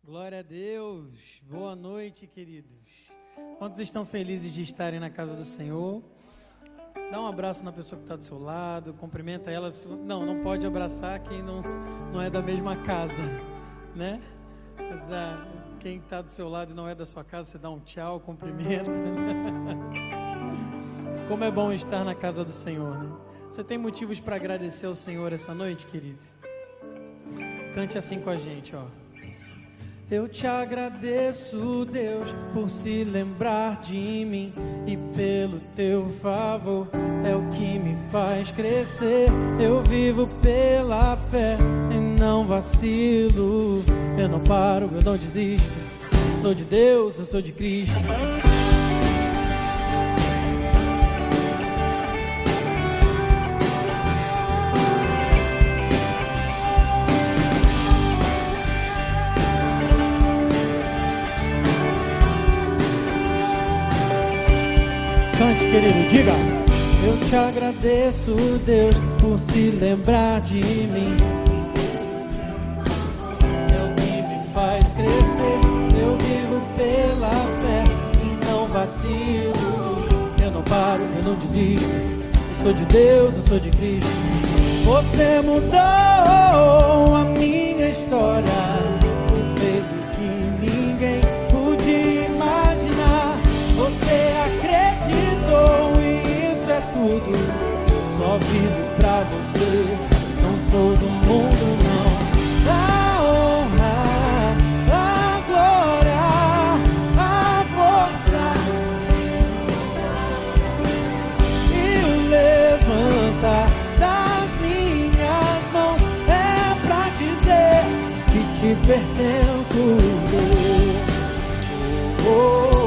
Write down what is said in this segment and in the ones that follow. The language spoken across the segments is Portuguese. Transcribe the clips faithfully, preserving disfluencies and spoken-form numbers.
Glória a Deus, boa noite, queridos. Quantos estão felizes de estarem na casa do Senhor? Dá um abraço na pessoa que está do seu lado, cumprimenta ela. Não, não pode abraçar quem não, não é da mesma casa, né? Mas ah, quem está do seu lado e não é da sua casa, você dá um tchau, cumprimenta. Como é bom estar na casa do Senhor, né? Você tem motivos para agradecer ao Senhor essa noite, querido? Cante assim com a gente, ó. Eu te agradeço, Deus, por se lembrar de mim e pelo teu favor é o que me faz crescer. Eu vivo pela fé e não vacilo. Eu não paro, eu não desisto. Eu sou de Deus, eu sou de Cristo. Cante, querido, diga. Eu te agradeço, Deus, por se lembrar de mim. É o que me faz crescer. Eu vivo pela fé e não vacilo. Eu não paro, eu não desisto. Eu sou de Deus, eu sou de Cristo. Você mudou a minha história e fez o que ninguém podia imaginar. Você acreditou e isso é tudo. Só vivo pra você, não sou do mundo não. A honra, a glória, a força e o levantar das minhas mãos é pra dizer que te pertenço, Deus. Oh, oh.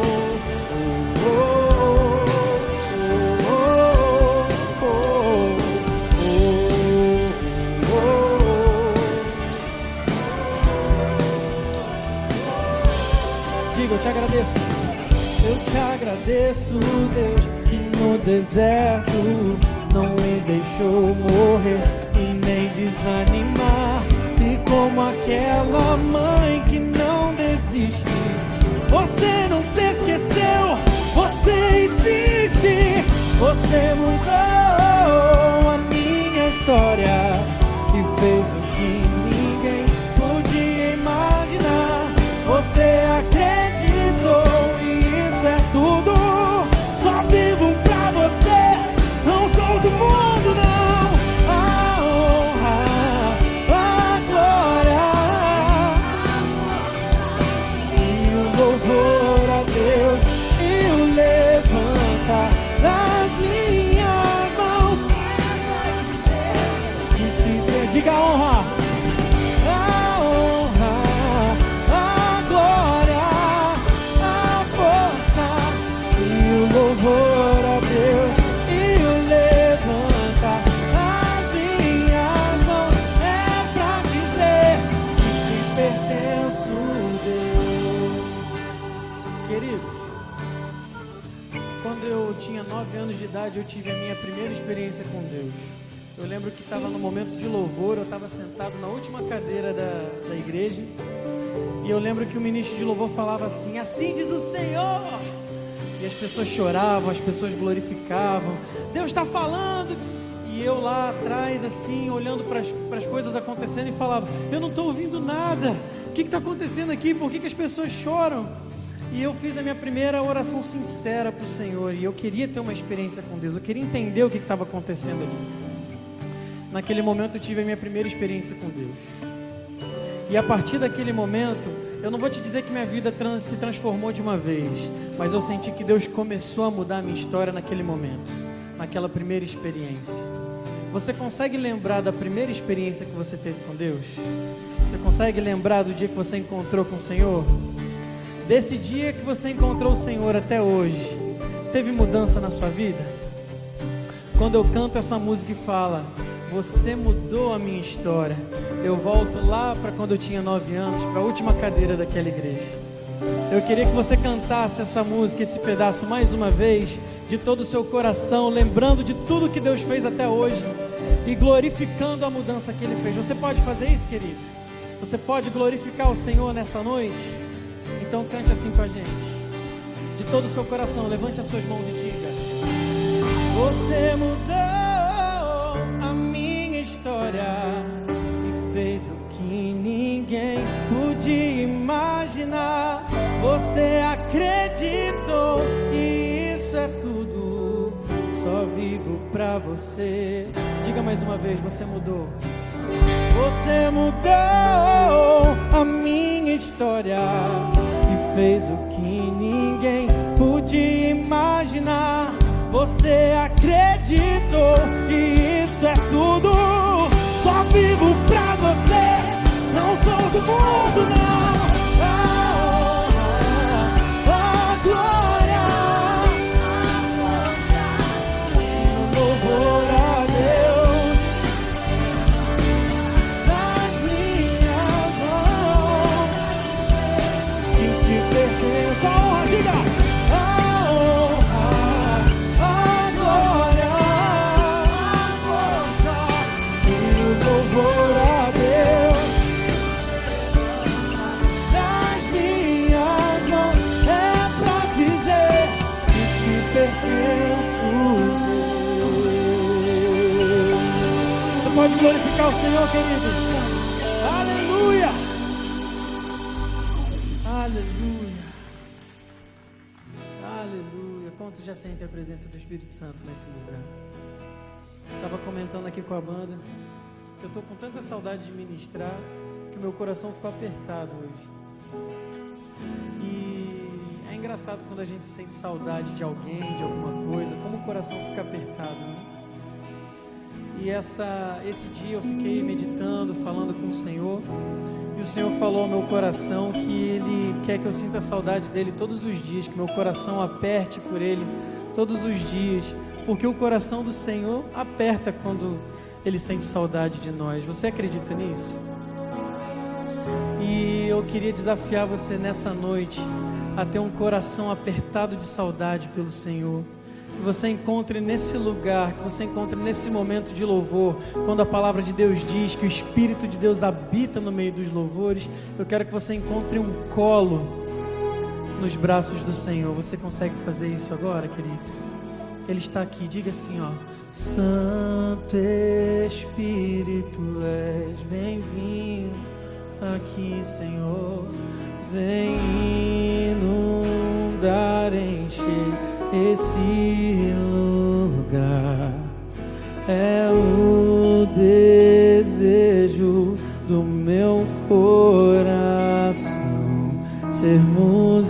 Eu te agradeço, eu te agradeço, Deus, que no deserto não me deixou morrer e nem desanimar. E como aquela mãe que não desiste, você não se esqueceu, você insiste. Você mudou a minha história e fez o que ninguém podia imaginar. Você acredita e isso é tudo. Só vivo pra você, não sou do mundo não. A honra, a glória e o louvor a Deus e o levantar das minhas mãos e te pedir. Diga a honra. Louvor a Deus e o levanta as minhas mãos é pra dizer que te pertenço, Deus. Queridos, quando eu tinha nove anos de idade, eu tive a minha primeira experiência com Deus. Eu lembro que estava no momento de louvor, eu estava sentado na última cadeira da, da igreja e eu lembro que o ministro de louvor falava assim: assim diz o Senhor. E as pessoas choravam, as pessoas glorificavam. Deus está falando. E eu lá atrás, assim, olhando para as coisas acontecendo e falava: eu não estou ouvindo nada. O que está acontecendo aqui? Por que, que as pessoas choram? E eu fiz a minha primeira oração sincera para o Senhor. E eu queria ter uma experiência com Deus. Eu queria entender o que estava acontecendo ali. Naquele momento eu tive a minha primeira experiência com Deus. E a partir daquele momento, eu não vou te dizer que minha vida trans, se transformou de uma vez, mas eu senti que Deus começou a mudar a minha história naquele momento, naquela primeira experiência. Você consegue lembrar da primeira experiência que você teve com Deus? Você consegue lembrar do dia que você encontrou com o Senhor? Desse dia que você encontrou o Senhor até hoje, teve mudança na sua vida? Quando eu canto essa música e fala: você mudou a minha história, eu volto lá para quando eu tinha nove anos, para a última cadeira daquela igreja. Eu queria que você cantasse essa música, esse pedaço mais uma vez, de todo o seu coração, lembrando de tudo que Deus fez até hoje e glorificando a mudança que Ele fez. Você pode fazer isso, querido? Você pode glorificar o Senhor nessa noite? Então cante assim com a gente. De todo o seu coração, levante as suas mãos e diga: você mudou a minha história e fez o que ninguém podia imaginar. Você acreditou e isso é tudo. Só vivo pra você. Diga mais uma vez, você mudou. Você mudou a minha história e fez o que ninguém podia imaginar. Você acreditou e isso é tudo. Só vivo pra você, não sou do mundo, não. Ah, ah, ah, glória, louvor a Deus. Nas minhas mãos que te pertence. A honra, diga. Pode glorificar o Senhor, querido. Aleluia. Aleluia. Aleluia. Quantos já sentem a presença do Espírito Santo nesse lugar? Estava comentando aqui com a banda que eu estou com tanta saudade de ministrar que o meu coração ficou apertado hoje. E é engraçado quando a gente sente saudade de alguém, de alguma coisa, como o coração fica apertado, né? E essa, esse dia eu fiquei meditando, falando com o Senhor, e o Senhor falou ao meu coração que Ele quer que eu sinta saudade dEle todos os dias, que meu coração aperte por Ele todos os dias, porque o coração do Senhor aperta quando Ele sente saudade de nós. Você acredita nisso? E eu queria desafiar você nessa noite a ter um coração apertado de saudade pelo Senhor. Que você encontre nesse lugar, que você encontre nesse momento de louvor, quando a palavra de Deus diz que o Espírito de Deus habita no meio dos louvores, eu quero que você encontre um colo nos braços do Senhor. Você consegue fazer isso agora, querido? Ele está aqui, diga assim, ó: Santo Espírito, és bem-vindo aqui, Senhor. Vem inundar, encher esse lugar. É o desejo do meu coração, sermos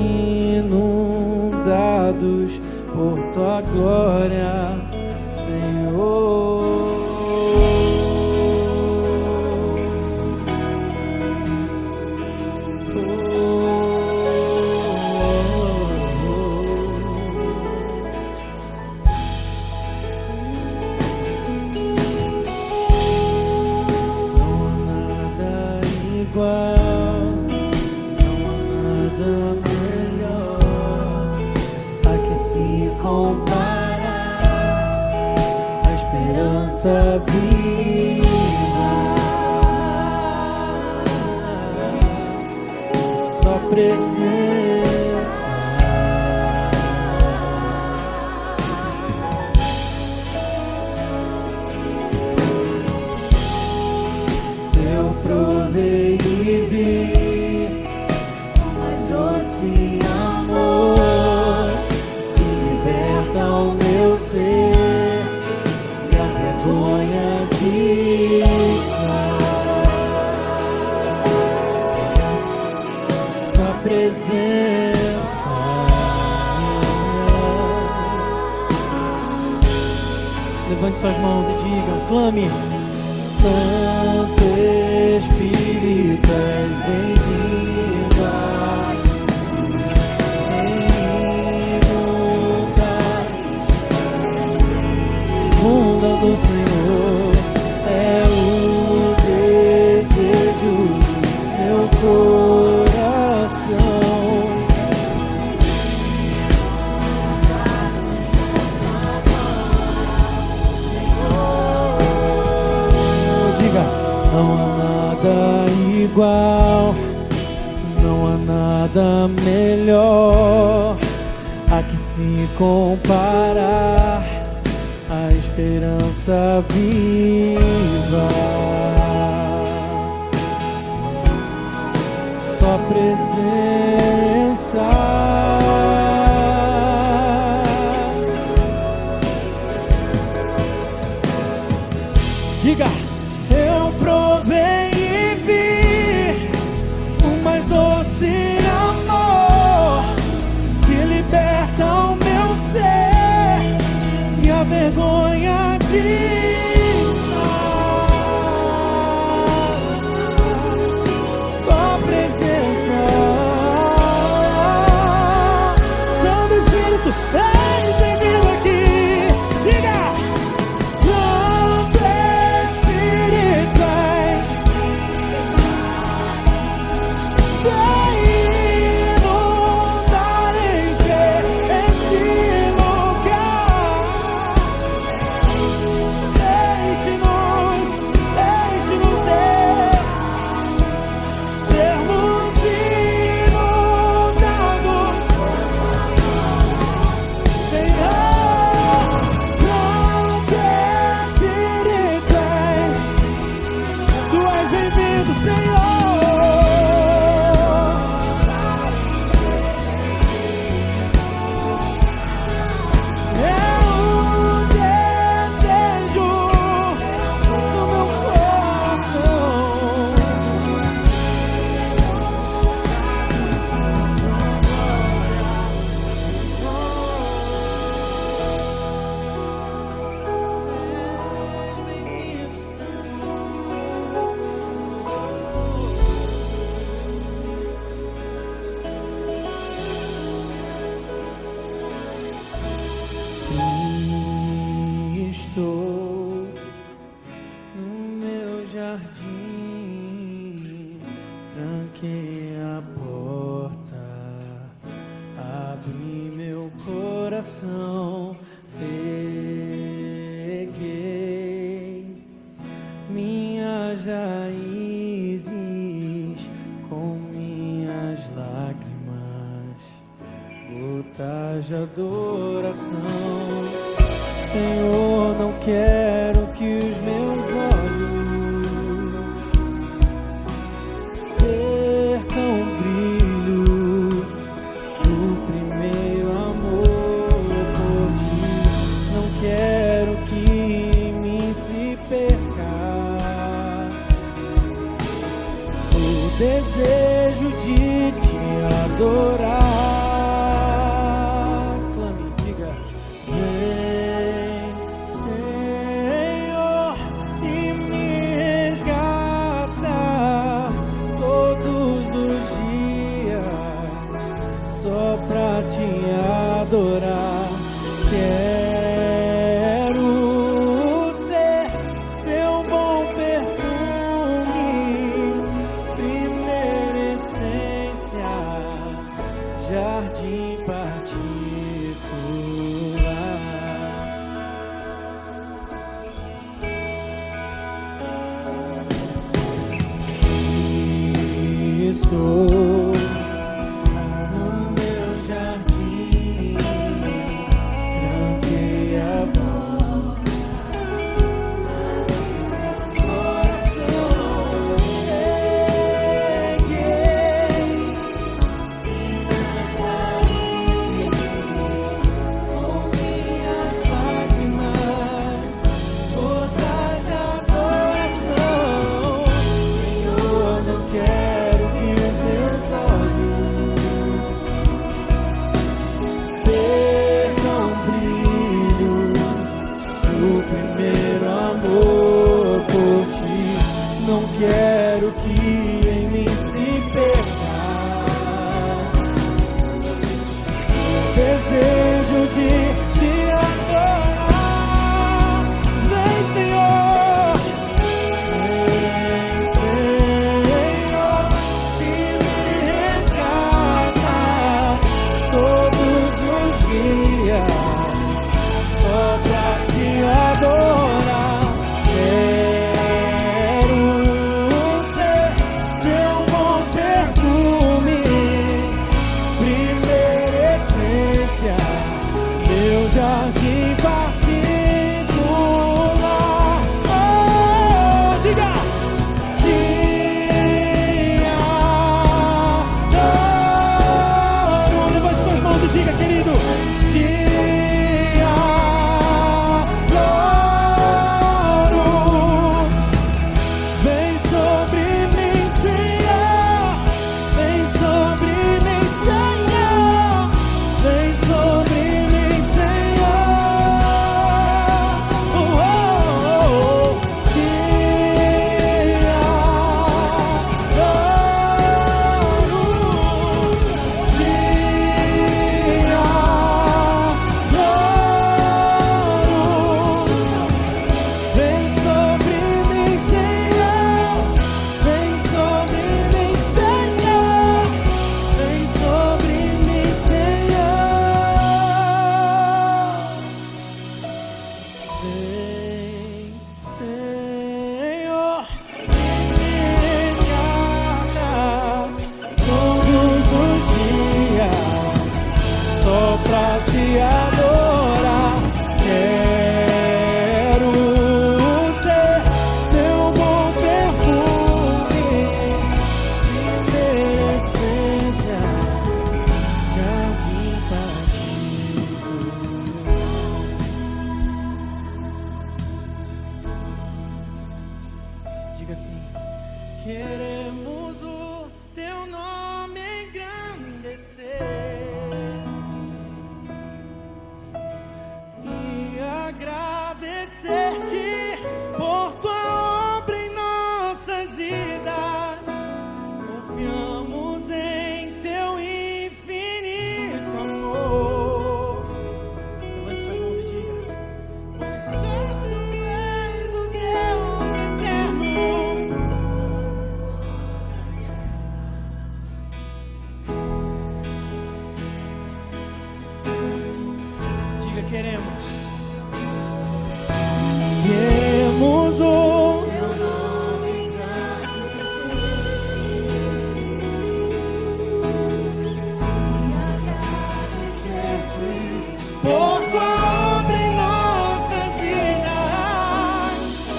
inundados por tua glória, Senhor. Viva, tua presença, eu provei e vi mais doce amor que liberta o meu ser. Vergonha disso, sua presença. Levante suas mãos e diga, clame: Santo Espírito, és bem-vindo. Do Senhor é o desejo do meu coração. Diga, não há nada nada melhor a que se comparar a esperança viva. Sua presença, diga, eu provei e vi o mais doce amor que liberta o meu ser e a vergonha de estou no meu jardim, tranquei a porta, abri meu coração, reguei minhas raízes com minhas lágrimas, gotas de adoração. Senhor, não quero que os meus olhos percam o brilho do primeiro amor por ti. Não quero que em mim se perca o desejo de te adorar. Adorar, quero ser seu bom perfume, primeira essência, jardim particular. Estou quero que em mim se perca o desejo de te adorar. Vem, Senhor, vem, Senhor, que me resgata todos os dias só pra te adorar. queremos. Queremos o teu nome engrandecer por tua obra em nossas vidas.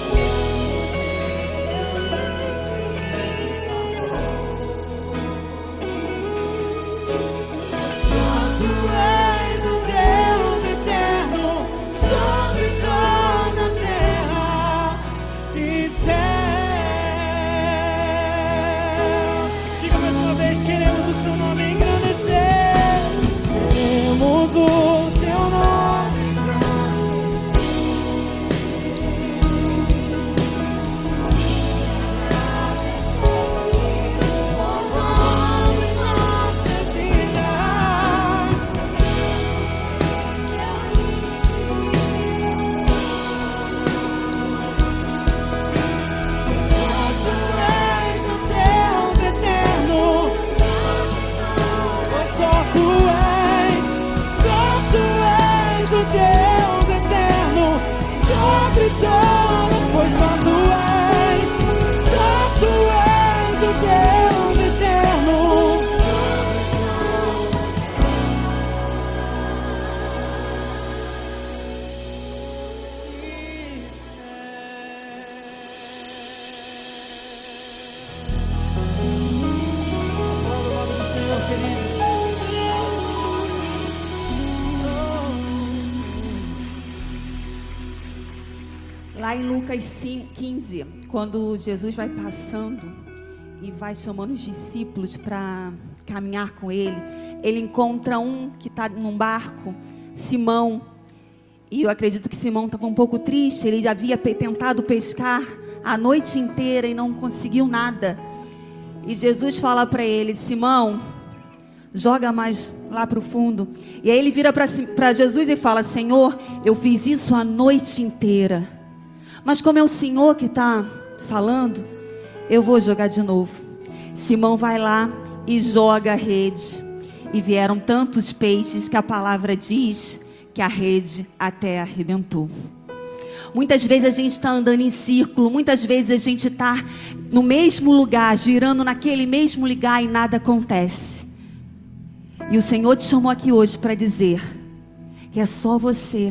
Só tu és o Deus eterno sobre toda a terra e céu. Diga mais uma vez: queremos o seu nome engrandecer. Queremos o teu nome em nossas vidas. Só tu és o Deus eterno. Pois só tu és, só tu és o Deus eterno sobre todo. Pois só tu és, só tu és o Deus eterno. Aplauda o nome do Senhor, querido. Lá em Lucas quinze, quando Jesus vai passando e vai chamando os discípulos para caminhar com ele, ele encontra um que está num barco, Simão, e eu acredito que Simão estava um pouco triste. Ele havia pe- tentado pescar a noite inteira e não conseguiu nada, e Jesus fala para ele: Simão, joga mais lá para o fundo. E aí ele vira para Jesus e fala: Senhor, eu fiz isso a noite inteira, mas como é o Senhor que está falando, eu vou jogar de novo. Simão vai lá e joga a rede, e vieram tantos peixes que a palavra diz que a rede até arrebentou. Muitas vezes a gente está andando em círculo, muitas vezes a gente está no mesmo lugar, girando naquele mesmo lugar e nada acontece. E o Senhor te chamou aqui hoje para dizer que é só você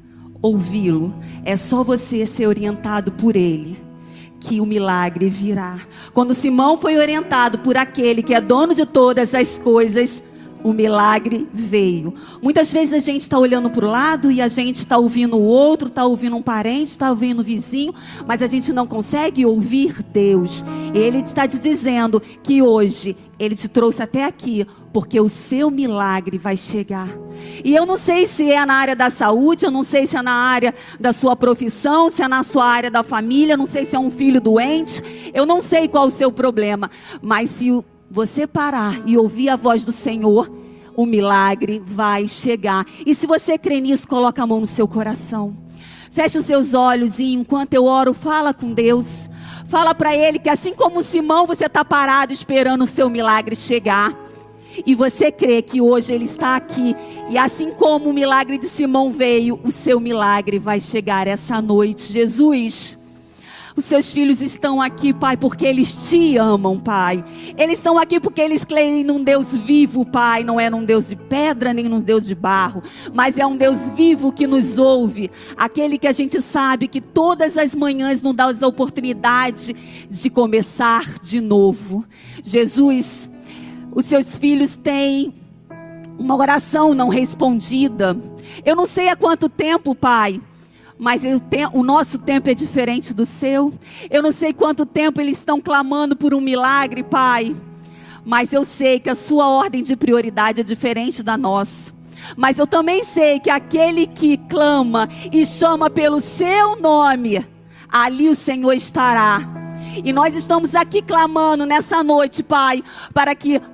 ouvi-lo, é só você ser orientado por Ele, que o milagre virá. Quando Simão foi orientado por aquele que é dono de todas as coisas, o milagre veio. Muitas vezes a gente está olhando para o lado e a gente está ouvindo o outro, está ouvindo um parente, está ouvindo o vizinho, mas a gente não consegue ouvir Deus. Ele está te dizendo que hoje Ele te trouxe até aqui, porque o seu milagre vai chegar. E eu não sei se é na área da saúde, eu não sei se é na área da sua profissão, se é na sua área da família, não sei se é um filho doente, eu não sei qual o seu problema, mas se o você parar e ouvir a voz do Senhor, o milagre vai chegar. E se você crê nisso, coloca a mão no seu coração. Feche os seus olhos e enquanto eu oro, fala com Deus. Fala para Ele que assim como Simão, você está parado esperando o seu milagre chegar. E você crê que hoje Ele está aqui. E assim como o milagre de Simão veio, o seu milagre vai chegar essa noite. Jesus, os seus filhos estão aqui, Pai, porque eles te amam, Pai. Eles estão aqui porque eles creem num Deus vivo, Pai. Não é num Deus de pedra, nem num Deus de barro, mas é um Deus vivo que nos ouve. Aquele que a gente sabe que todas as manhãs nos dá a oportunidade de começar de novo. Jesus, os seus filhos têm uma oração não respondida. Eu não sei há quanto tempo, Pai, mas eu tenho, o nosso tempo é diferente do seu. Eu não sei quanto tempo eles estão clamando por um milagre, Pai, mas eu sei que a sua ordem de prioridade é diferente da nossa. Mas eu também sei que aquele que clama e chama pelo seu nome, ali o Senhor estará. E nós estamos aqui clamando nessa noite, Pai, para que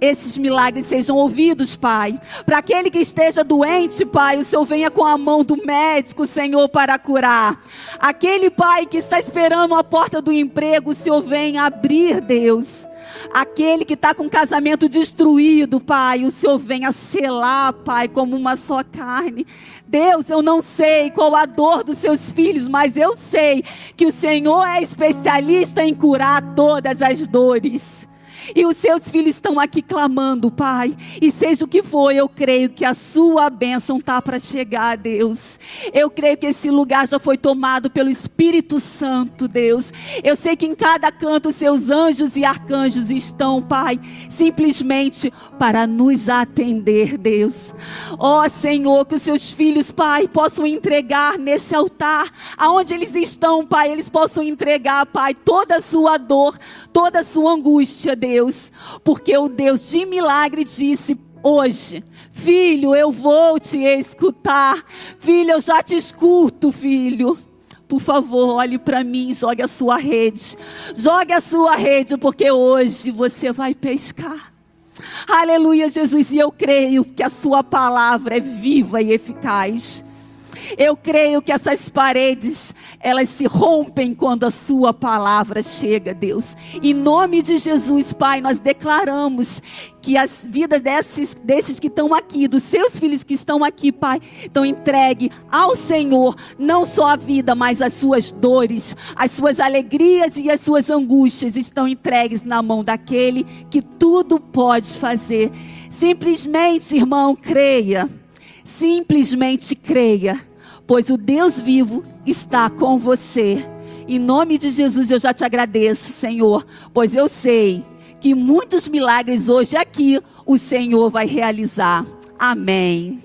esses milagres sejam ouvidos, Pai. Para aquele que esteja doente, Pai, o Senhor venha com a mão do médico, Senhor, para curar. Aquele, Pai, que está esperando a porta do emprego, o Senhor venha abrir, Deus. Aquele que está com o casamento destruído, Pai, o Senhor venha selar, Pai, como uma só carne. Deus, eu não sei qual a dor dos seus filhos, mas eu sei que o Senhor é especialista em curar todas as dores. E os seus filhos estão aqui clamando, Pai. E seja o que for, eu creio que a sua bênção está para chegar, Deus. Eu creio que esse lugar já foi tomado pelo Espírito Santo, Deus. Eu sei que em cada canto os seus anjos e arcanjos estão, Pai, simplesmente para nos atender, Deus. Ó Senhor, que os seus filhos, Pai, possam entregar nesse altar, aonde eles estão, Pai, eles possam entregar, Pai, toda a sua dor, toda a sua angústia, Deus. Deus, porque o Deus de milagre disse hoje: filho, eu vou te escutar. Filho, eu já te escuto, filho. Por favor, olhe para mim, jogue a sua rede. Jogue a sua rede, porque hoje você vai pescar. Aleluia, Jesus. E eu creio que a sua palavra é viva e eficaz. Eu creio que essas paredes, elas se rompem quando a sua palavra chega, Deus. Em nome de Jesus, Pai, nós declaramos que as vidas desses, desses que estão aqui, dos seus filhos que estão aqui, Pai, estão entregues ao Senhor, não só a vida, mas as suas dores, as suas alegrias e as suas angústias estão entregues na mão daquele que tudo pode fazer. Simplesmente, irmão, creia. Simplesmente creia, pois o Deus vivo está com você. Em nome de Jesus eu já te agradeço, Senhor, pois eu sei que muitos milagres hoje aqui o Senhor vai realizar. Amém.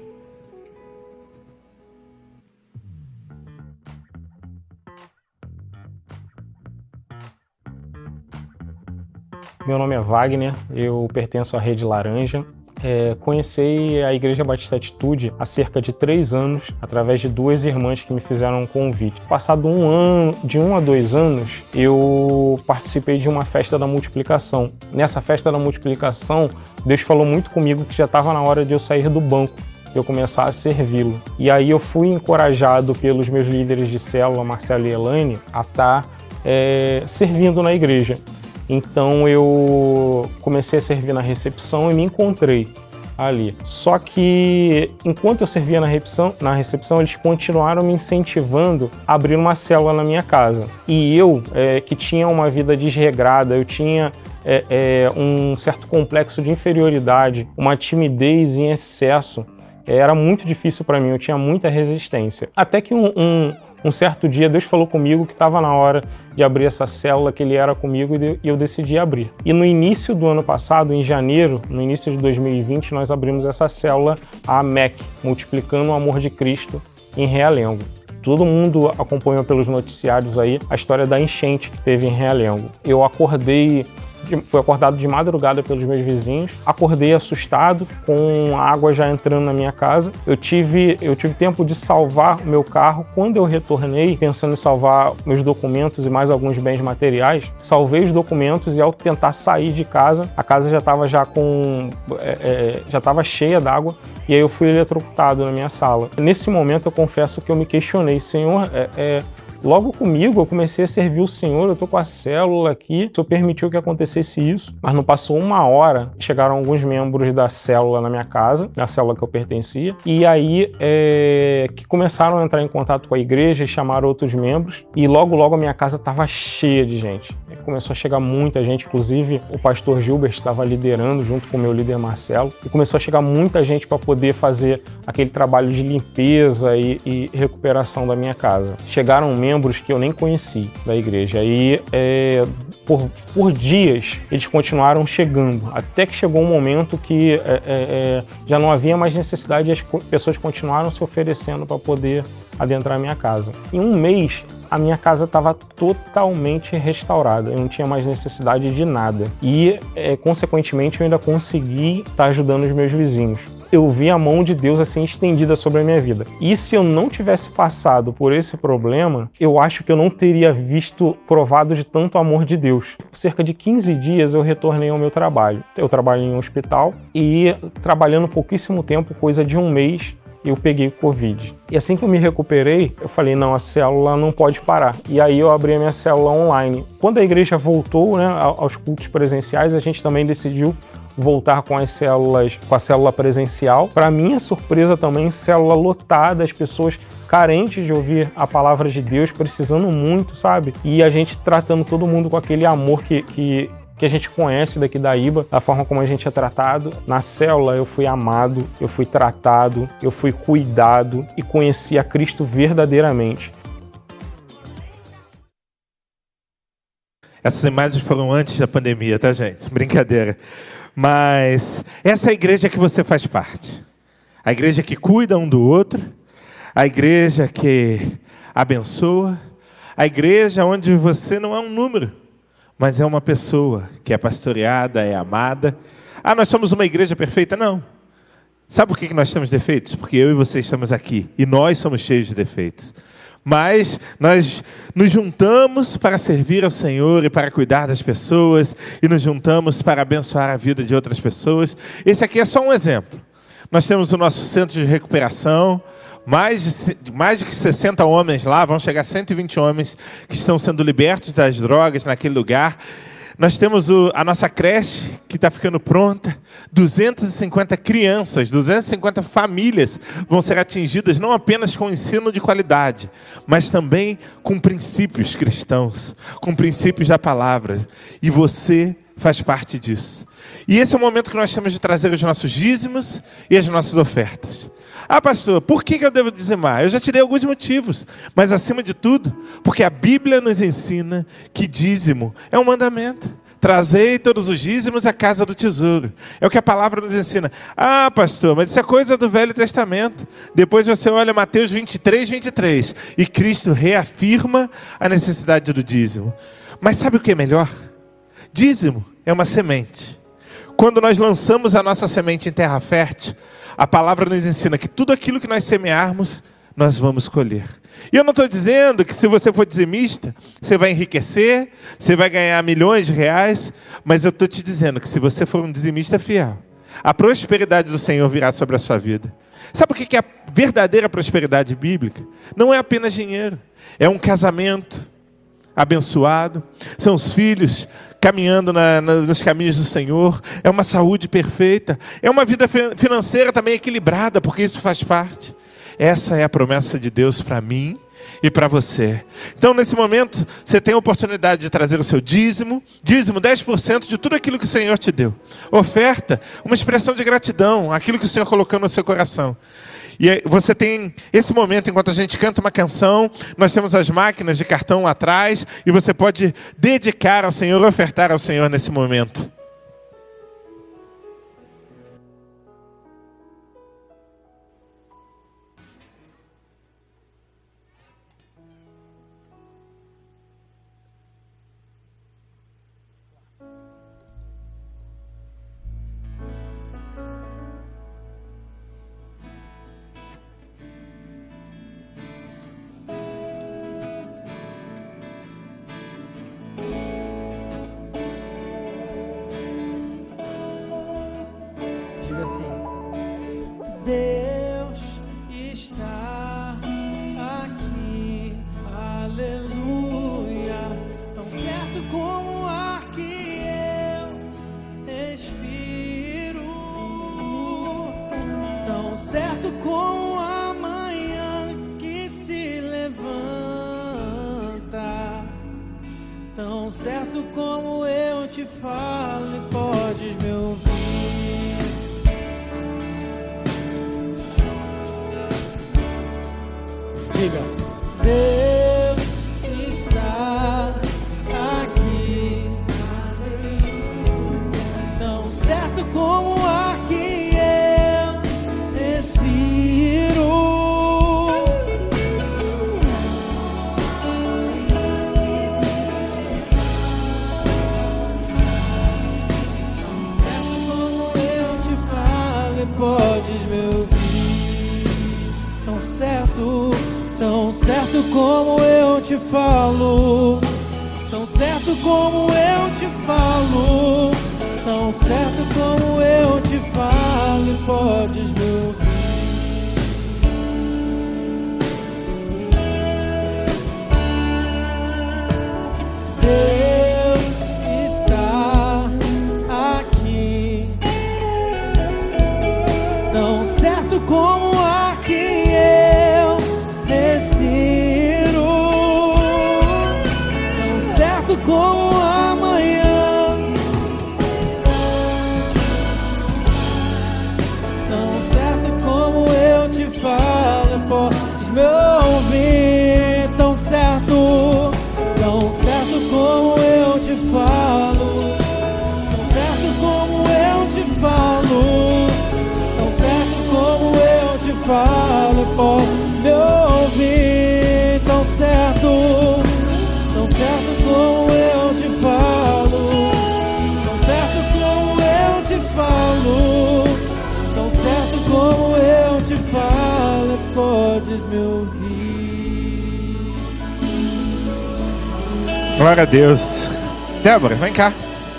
Meu nome é Wagner, eu pertenço à Rede Laranja. É, conheci a Igreja Batista Atitude há cerca de três anos, através de duas irmãs que me fizeram um convite. Passado um ano, de um a dois anos, eu participei de uma festa da multiplicação. Nessa festa da multiplicação, Deus falou muito comigo que já estava na hora de eu sair do banco, de eu começar a servi-lo. E aí eu fui encorajado pelos meus líderes de célula, Marcelo e Elaine, a estar é, servindo na igreja. Então eu comecei a servir na recepção e me encontrei ali. Só que enquanto eu servia na recepção, na recepção eles continuaram me incentivando a abrir uma célula na minha casa. E eu, é, que tinha uma vida desregrada, eu tinha é, é, um certo complexo de inferioridade, uma timidez em excesso, era muito difícil para mim, eu tinha muita resistência. Até que um, um, um certo dia Deus falou comigo que estava na hora de abrir essa célula, que Ele era comigo, e eu decidi abrir. E no início do ano passado, em janeiro, no início de dois mil e vinte, nós abrimos essa célula, a M E C, Multiplicando o Amor de Cristo, em Realengo. Todo mundo acompanhou pelos noticiários aí a história da enchente que teve em Realengo. Eu acordei... Fui acordado de madrugada pelos meus vizinhos, acordei assustado, com a água já entrando na minha casa. Eu tive, eu tive tempo de salvar o meu carro. Quando eu retornei, pensando em salvar meus documentos e mais alguns bens materiais, salvei os documentos e ao tentar sair de casa, a casa já estava já com, é, é, já estava cheia d'água e aí eu fui eletrocutado na minha sala. Nesse momento eu confesso que eu me questionei, Senhor, é, é, logo comigo eu comecei a servir o Senhor, eu estou com a célula aqui, o Senhor permitiu que acontecesse isso, mas não passou uma hora, chegaram alguns membros da célula na minha casa, na célula que eu pertencia, e aí é, que começaram a entrar em contato com a igreja e chamaram outros membros, e logo logo a minha casa estava cheia de gente. Começou a chegar muita gente, inclusive o pastor Gilbert estava liderando junto com o meu líder Marcelo, e começou a chegar muita gente para poder fazer aquele trabalho de limpeza e, e recuperação da minha casa. Chegaram membros que eu nem conheci da igreja, e é, por, por dias eles continuaram chegando, até que chegou um momento que é, é, já não havia mais necessidade e as pessoas continuaram se oferecendo para poder adentrar a minha casa. Em um mês, a minha casa estava totalmente restaurada, eu não tinha mais necessidade de nada. E, é, consequentemente, eu ainda consegui estar ajudando os meus vizinhos. eu vi a mão de Deus assim estendida sobre a minha vida. E se eu não tivesse passado por esse problema, eu acho que eu não teria visto provado de tanto amor de Deus. Por cerca de quinze dias eu retornei ao meu trabalho. Eu trabalho em um hospital e trabalhando pouquíssimo tempo, coisa de um mês, eu peguei Covid. E assim que eu me recuperei, eu falei, não, a célula não pode parar. E aí eu abri a minha célula online. Quando a igreja voltou, né, aos cultos presenciais, a gente também decidiu voltar com as células, com a célula presencial. Para minha surpresa também, célula lotada, as pessoas carentes de ouvir a palavra de Deus, precisando muito, sabe? E a gente tratando todo mundo com aquele amor que... que que a gente conhece daqui da I B A, da forma como a gente é tratado. Na célula eu fui amado, eu fui tratado, eu fui cuidado e conheci a Cristo verdadeiramente. Essas imagens foram antes da pandemia, tá, gente? Brincadeira. Mas essa é a igreja que você faz parte. A igreja que cuida um do outro, a igreja que abençoa, a igreja onde você não é um número, mas é uma pessoa que é pastoreada, é amada. Ah, nós somos uma igreja perfeita? Não. Sabe por que nós temos defeitos? Porque eu e você estamos aqui, e nós somos cheios de defeitos. Mas nós nos juntamos para servir ao Senhor e para cuidar das pessoas, e nos juntamos para abençoar a vida de outras pessoas. Esse aqui é só um exemplo. Nós temos o nosso centro de recuperação, Mais de, mais de sessenta homens lá, vão chegar a cento e vinte homens que estão sendo libertos das drogas naquele lugar. Nós temos o, a nossa creche, que está ficando pronta. duzentas e cinquenta crianças, duzentas e cinquenta famílias vão ser atingidas, não apenas com ensino de qualidade, mas também com princípios cristãos, com princípios da palavra. E você faz parte disso. E esse é o momento que nós temos de trazer os nossos dízimos e as nossas ofertas. Ah, pastor, por que eu devo dizimar? Eu já te dei alguns motivos, mas acima de tudo, porque a Bíblia nos ensina que dízimo é um mandamento. Trazei todos os dízimos à casa do tesouro. É o que a palavra nos ensina. Ah, pastor, mas isso é coisa do Velho Testamento. Depois você olha Mateus vinte e três, vinte e três, e Cristo reafirma a necessidade do dízimo. Mas sabe o que é melhor? Dízimo é uma semente. Quando nós lançamos a nossa semente em terra fértil, a palavra nos ensina que tudo aquilo que nós semearmos, nós vamos colher. E eu não estou dizendo que se você for dizimista, você vai enriquecer, você vai ganhar milhões de reais, mas eu estou te dizendo que se você for um dizimista fiel, a prosperidade do Senhor virá sobre a sua vida. Sabe o que é a verdadeira prosperidade bíblica? Não é apenas dinheiro, é um casamento abençoado, são os filhos caminhando na, na, nos caminhos do Senhor, é uma saúde perfeita, é uma vida financeira também equilibrada, porque isso faz parte. Essa é a promessa de Deus para mim e para você. Então, nesse momento, você tem a oportunidade de trazer o seu dízimo, dízimo dez por cento de tudo aquilo que o Senhor te deu. Oferta, uma expressão de gratidão, aquilo que o Senhor colocou no seu coração. E aí você tem esse momento, enquanto a gente canta uma canção, nós temos as máquinas de cartão lá atrás, e você pode dedicar ao Senhor, ofertar ao Senhor nesse momento. Deus está aqui, aleluia, tão certo como o ar que eu respiro, tão certo como a manhã que se levanta, tão certo como eu te falo e podes me ouvir. Diga, Deus está aqui, tão certo como o ar que eu respiro, tão certo como eu te falo e podes me ouvir. Tão certo, tão certo como eu te falo. Tão certo como eu te falo. Tão certo como eu te falo, e podes me ouvir. Deus está aqui, tão certo como a quem eu desiro, tão certo como amanhã, tão certo como eu te falo, podes me ouvir, tão certo. Tão certo como eu te falo, tão certo como eu te falo, tão certo como eu te falo, pode me ouvir, tão certo, tão certo como eu te falo, tão certo como eu te falo, tão certo como eu te falo, podes me ouvir. Glória a Deus. Débora, vem cá.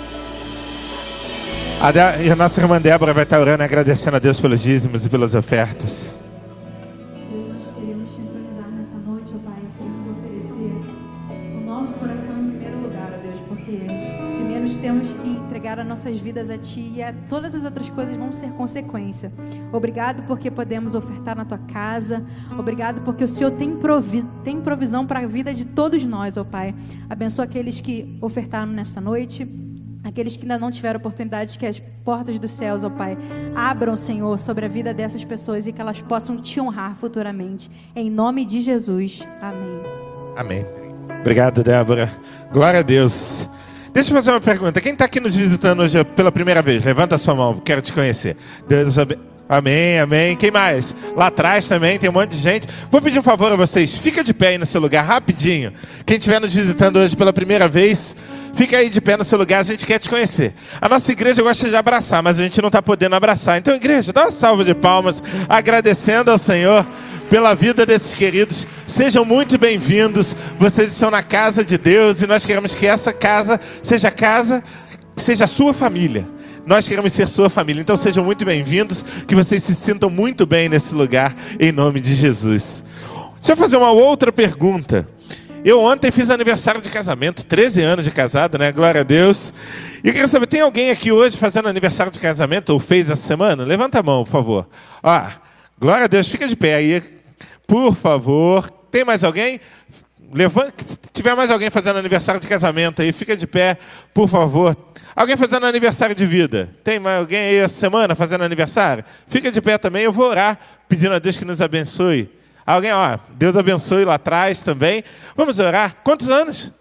A, de... e a nossa irmã Débora vai estar orando e agradecendo a Deus pelos dízimos e pelas ofertas. Deus, nós queremos te entronizar nessa noite, ó Pai. Queremos oferecer o nosso coração em primeiro lugar, ó Deus, porque primeiro temos que entregar as nossas vidas a Ti e a todas as outras coisas vão ser consequência. Obrigado porque podemos ofertar na Tua casa. Obrigado porque o Senhor tem, provi tem provisão para a vida de todos nós, ó Pai. Abençoa aqueles que ofertaram nesta noite. Aqueles que ainda não tiveram oportunidade, que as portas dos céus, ó Pai, abram, Senhor, sobre a vida dessas pessoas e que elas possam Te honrar futuramente. Em nome de Jesus. Amém. Amém. Obrigado, Débora. Glória a Deus. Deixa eu fazer uma pergunta. Quem está aqui nos visitando hoje pela primeira vez? Levanta a sua mão, quero te conhecer. Deus abençoe. Amém, amém. Quem mais? Lá atrás também tem um monte de gente. Vou pedir um favor a vocês. Fica de pé aí no seu lugar, rapidinho. Quem estiver nos visitando hoje pela primeira vez, fica aí de pé no seu lugar, a gente quer te conhecer. A nossa igreja gosta de abraçar, mas a gente não está podendo abraçar. Então, igreja, dá uma salva de palmas, agradecendo ao Senhor pela vida desses queridos. Sejam muito bem-vindos. Vocês estão na casa de Deus e nós queremos que essa casa seja a casa, seja a sua família. Nós queremos ser sua família, então sejam muito bem-vindos, que vocês se sintam muito bem nesse lugar, em nome de Jesus. Deixa eu fazer uma outra pergunta. Eu ontem fiz aniversário de casamento, treze anos de casado, né? Glória a Deus. E eu queria saber, tem alguém aqui hoje fazendo aniversário de casamento, ou fez essa semana? Levanta a mão, por favor. Ó, glória a Deus, fica de pé aí, por favor. Tem mais alguém? Levanta, se tiver mais alguém fazendo aniversário de casamento aí, fica de pé, por favor. Alguém fazendo aniversário de vida? Tem mais alguém aí essa semana fazendo aniversário? Fica de pé também, eu vou orar, pedindo a Deus que nos abençoe. Alguém, ó, Deus abençoe lá atrás também. Vamos orar. Quantos anos?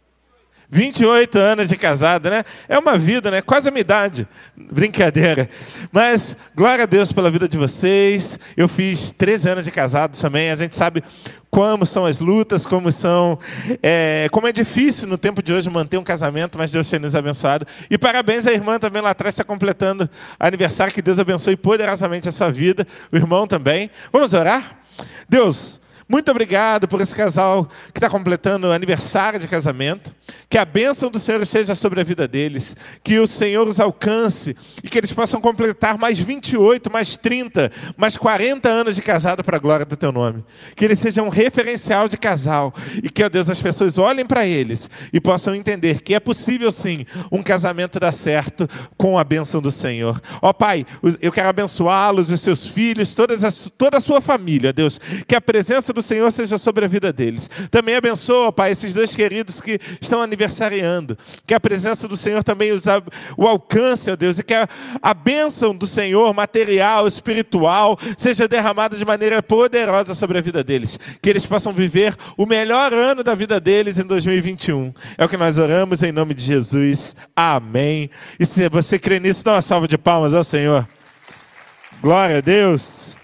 vinte e oito anos de casado, né? É uma vida, né? Quase a minha idade. Brincadeira. Mas, glória a Deus pela vida de vocês. Eu fiz treze anos de casado também. A gente sabe como são as lutas, como são... É, como é difícil no tempo de hoje manter um casamento, mas Deus tem nos abençoado. E parabéns à irmã também lá atrás, está completando aniversário. Que Deus abençoe poderosamente a sua vida. O irmão também. Vamos orar? Deus... muito obrigado por esse casal que está completando o aniversário de casamento. Que a bênção do Senhor esteja sobre a vida deles. Que o Senhor os alcance e que eles possam completar mais vinte e oito, mais trinta, mais quarenta anos de casado para a glória do Teu nome. Que eles sejam um referencial de casal. E que, ó Deus, as pessoas olhem para eles e possam entender que é possível sim um casamento dar certo com a bênção do Senhor. Ó Pai, eu quero abençoá-los, os seus filhos, todas as, toda a sua família, Deus. Que a presença do Senhor seja sobre a vida deles. Também abençoa, Pai, esses dois queridos que estão aniversariando. Que a presença do Senhor também os, o alcance, ó Deus, e que a, a bênção do Senhor, material, espiritual, seja derramada de maneira poderosa sobre a vida deles. Que eles possam viver o melhor ano da vida deles em dois mil e vinte e um. É o que nós oramos em nome de Jesus. Amém. E se você crê nisso, dá uma salva de palmas ao Senhor. Glória a Deus.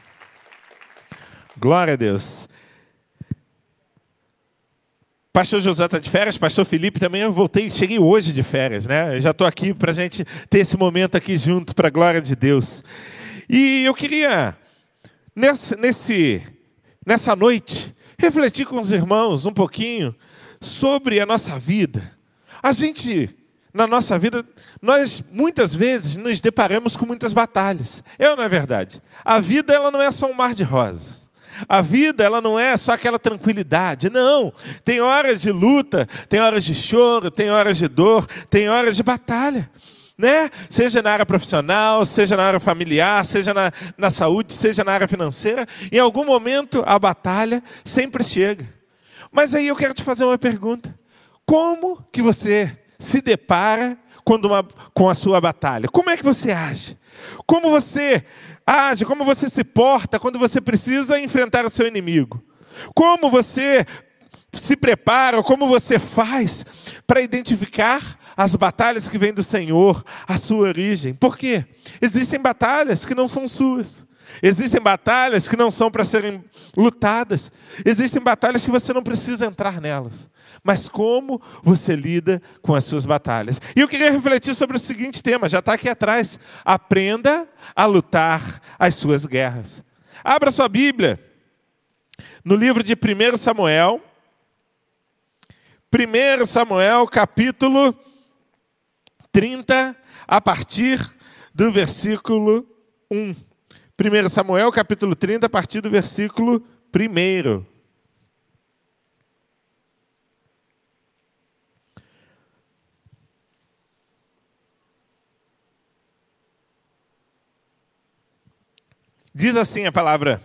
Glória a Deus. Pastor José está de férias, pastor Felipe também, eu voltei, cheguei hoje de férias, né? Eu já estou aqui para a gente ter esse momento aqui junto, para a glória de Deus. E eu queria nesse, nesse, nessa noite, refletir com os irmãos um pouquinho sobre a nossa vida. A gente, na nossa vida, nós muitas vezes nos deparamos com muitas batalhas. É ou não é verdade? A vida, ela não é só um mar de rosas. A vida, ela não é só aquela tranquilidade. Não, tem horas de luta, tem horas de choro, tem horas de dor, tem horas de batalha. Né? Seja na área profissional, seja na área familiar, seja na, na saúde, seja na área financeira, em algum momento a batalha sempre chega. Mas aí eu quero te fazer uma pergunta. Como que você se depara quando uma, com a sua batalha? Como é que você age? Como você age, como você se porta quando você precisa enfrentar o seu inimigo? Como você se prepara, como você faz para identificar as batalhas que vêm do Senhor, a sua origem? Por quê? Existem batalhas que não são suas. Existem batalhas que não são para serem lutadas. Existem batalhas que você não precisa entrar nelas. Mas como você lida com as suas batalhas? E eu queria refletir sobre o seguinte tema, já está aqui atrás. Aprenda a lutar as suas guerras. Abra sua Bíblia no livro de primeiro Samuel. primeiro Samuel, capítulo trinta, a partir do versículo um. primeiro Samuel, capítulo trinta, a partir do versículo um. Diz assim a palavra: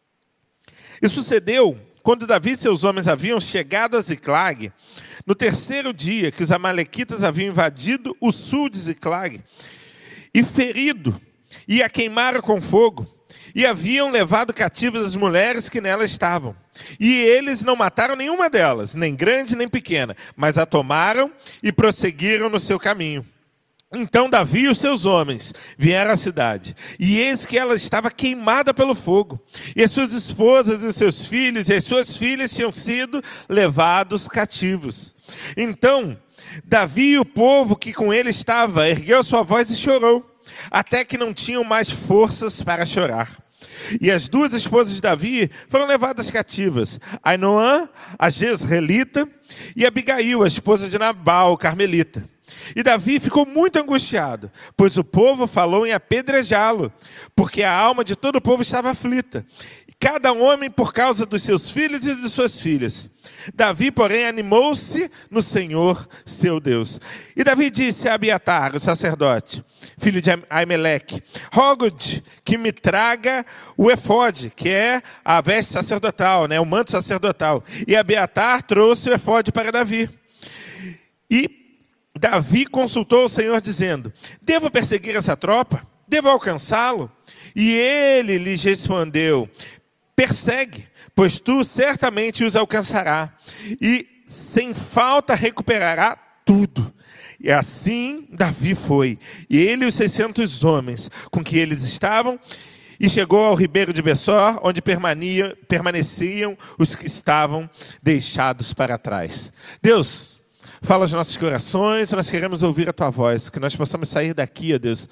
E sucedeu, quando Davi e seus homens haviam chegado a Ziclag, no terceiro dia que os amalequitas haviam invadido o sul de Ziclag, e ferido, e a queimaram com fogo, e haviam levado cativas as mulheres que nela estavam. E eles não mataram nenhuma delas, nem grande nem pequena, mas a tomaram e prosseguiram no seu caminho. Então Davi e os seus homens vieram à cidade, e eis que ela estava queimada pelo fogo, e as suas esposas e os seus filhos e as suas filhas tinham sido levados cativos. Então Davi e o povo que com ele estava ergueu sua voz e chorou, até que não tinham mais forças para chorar. E as duas esposas de Davi foram levadas cativas, Ainoã, a Jezreelita, e Abigail, a esposa de Nabal, o carmelita. E Davi ficou muito angustiado, pois o povo falou em apedrejá-lo, porque a alma de todo o povo estava aflita, cada homem por causa dos seus filhos e de suas filhas. Davi, porém, animou-se no Senhor, seu Deus. E Davi disse a Abiatar, o sacerdote, filho de Aimeleque: rogo-te que me traga o efode, que é a veste sacerdotal, né, o manto sacerdotal. E Abiatar trouxe o efode para Davi. E Davi consultou o Senhor, dizendo: devo perseguir essa tropa? Devo alcançá-lo? E ele lhes respondeu: persegue, pois tu certamente os alcançará, e sem falta recuperará tudo. E assim Davi foi, e ele e os seiscentos homens com que eles estavam, e chegou ao ribeiro de Bessor, onde permaneciam os que estavam deixados para trás. Deus, fala aos nossos corações, nós queremos ouvir a Tua voz, que nós possamos sair daqui, ó Deus,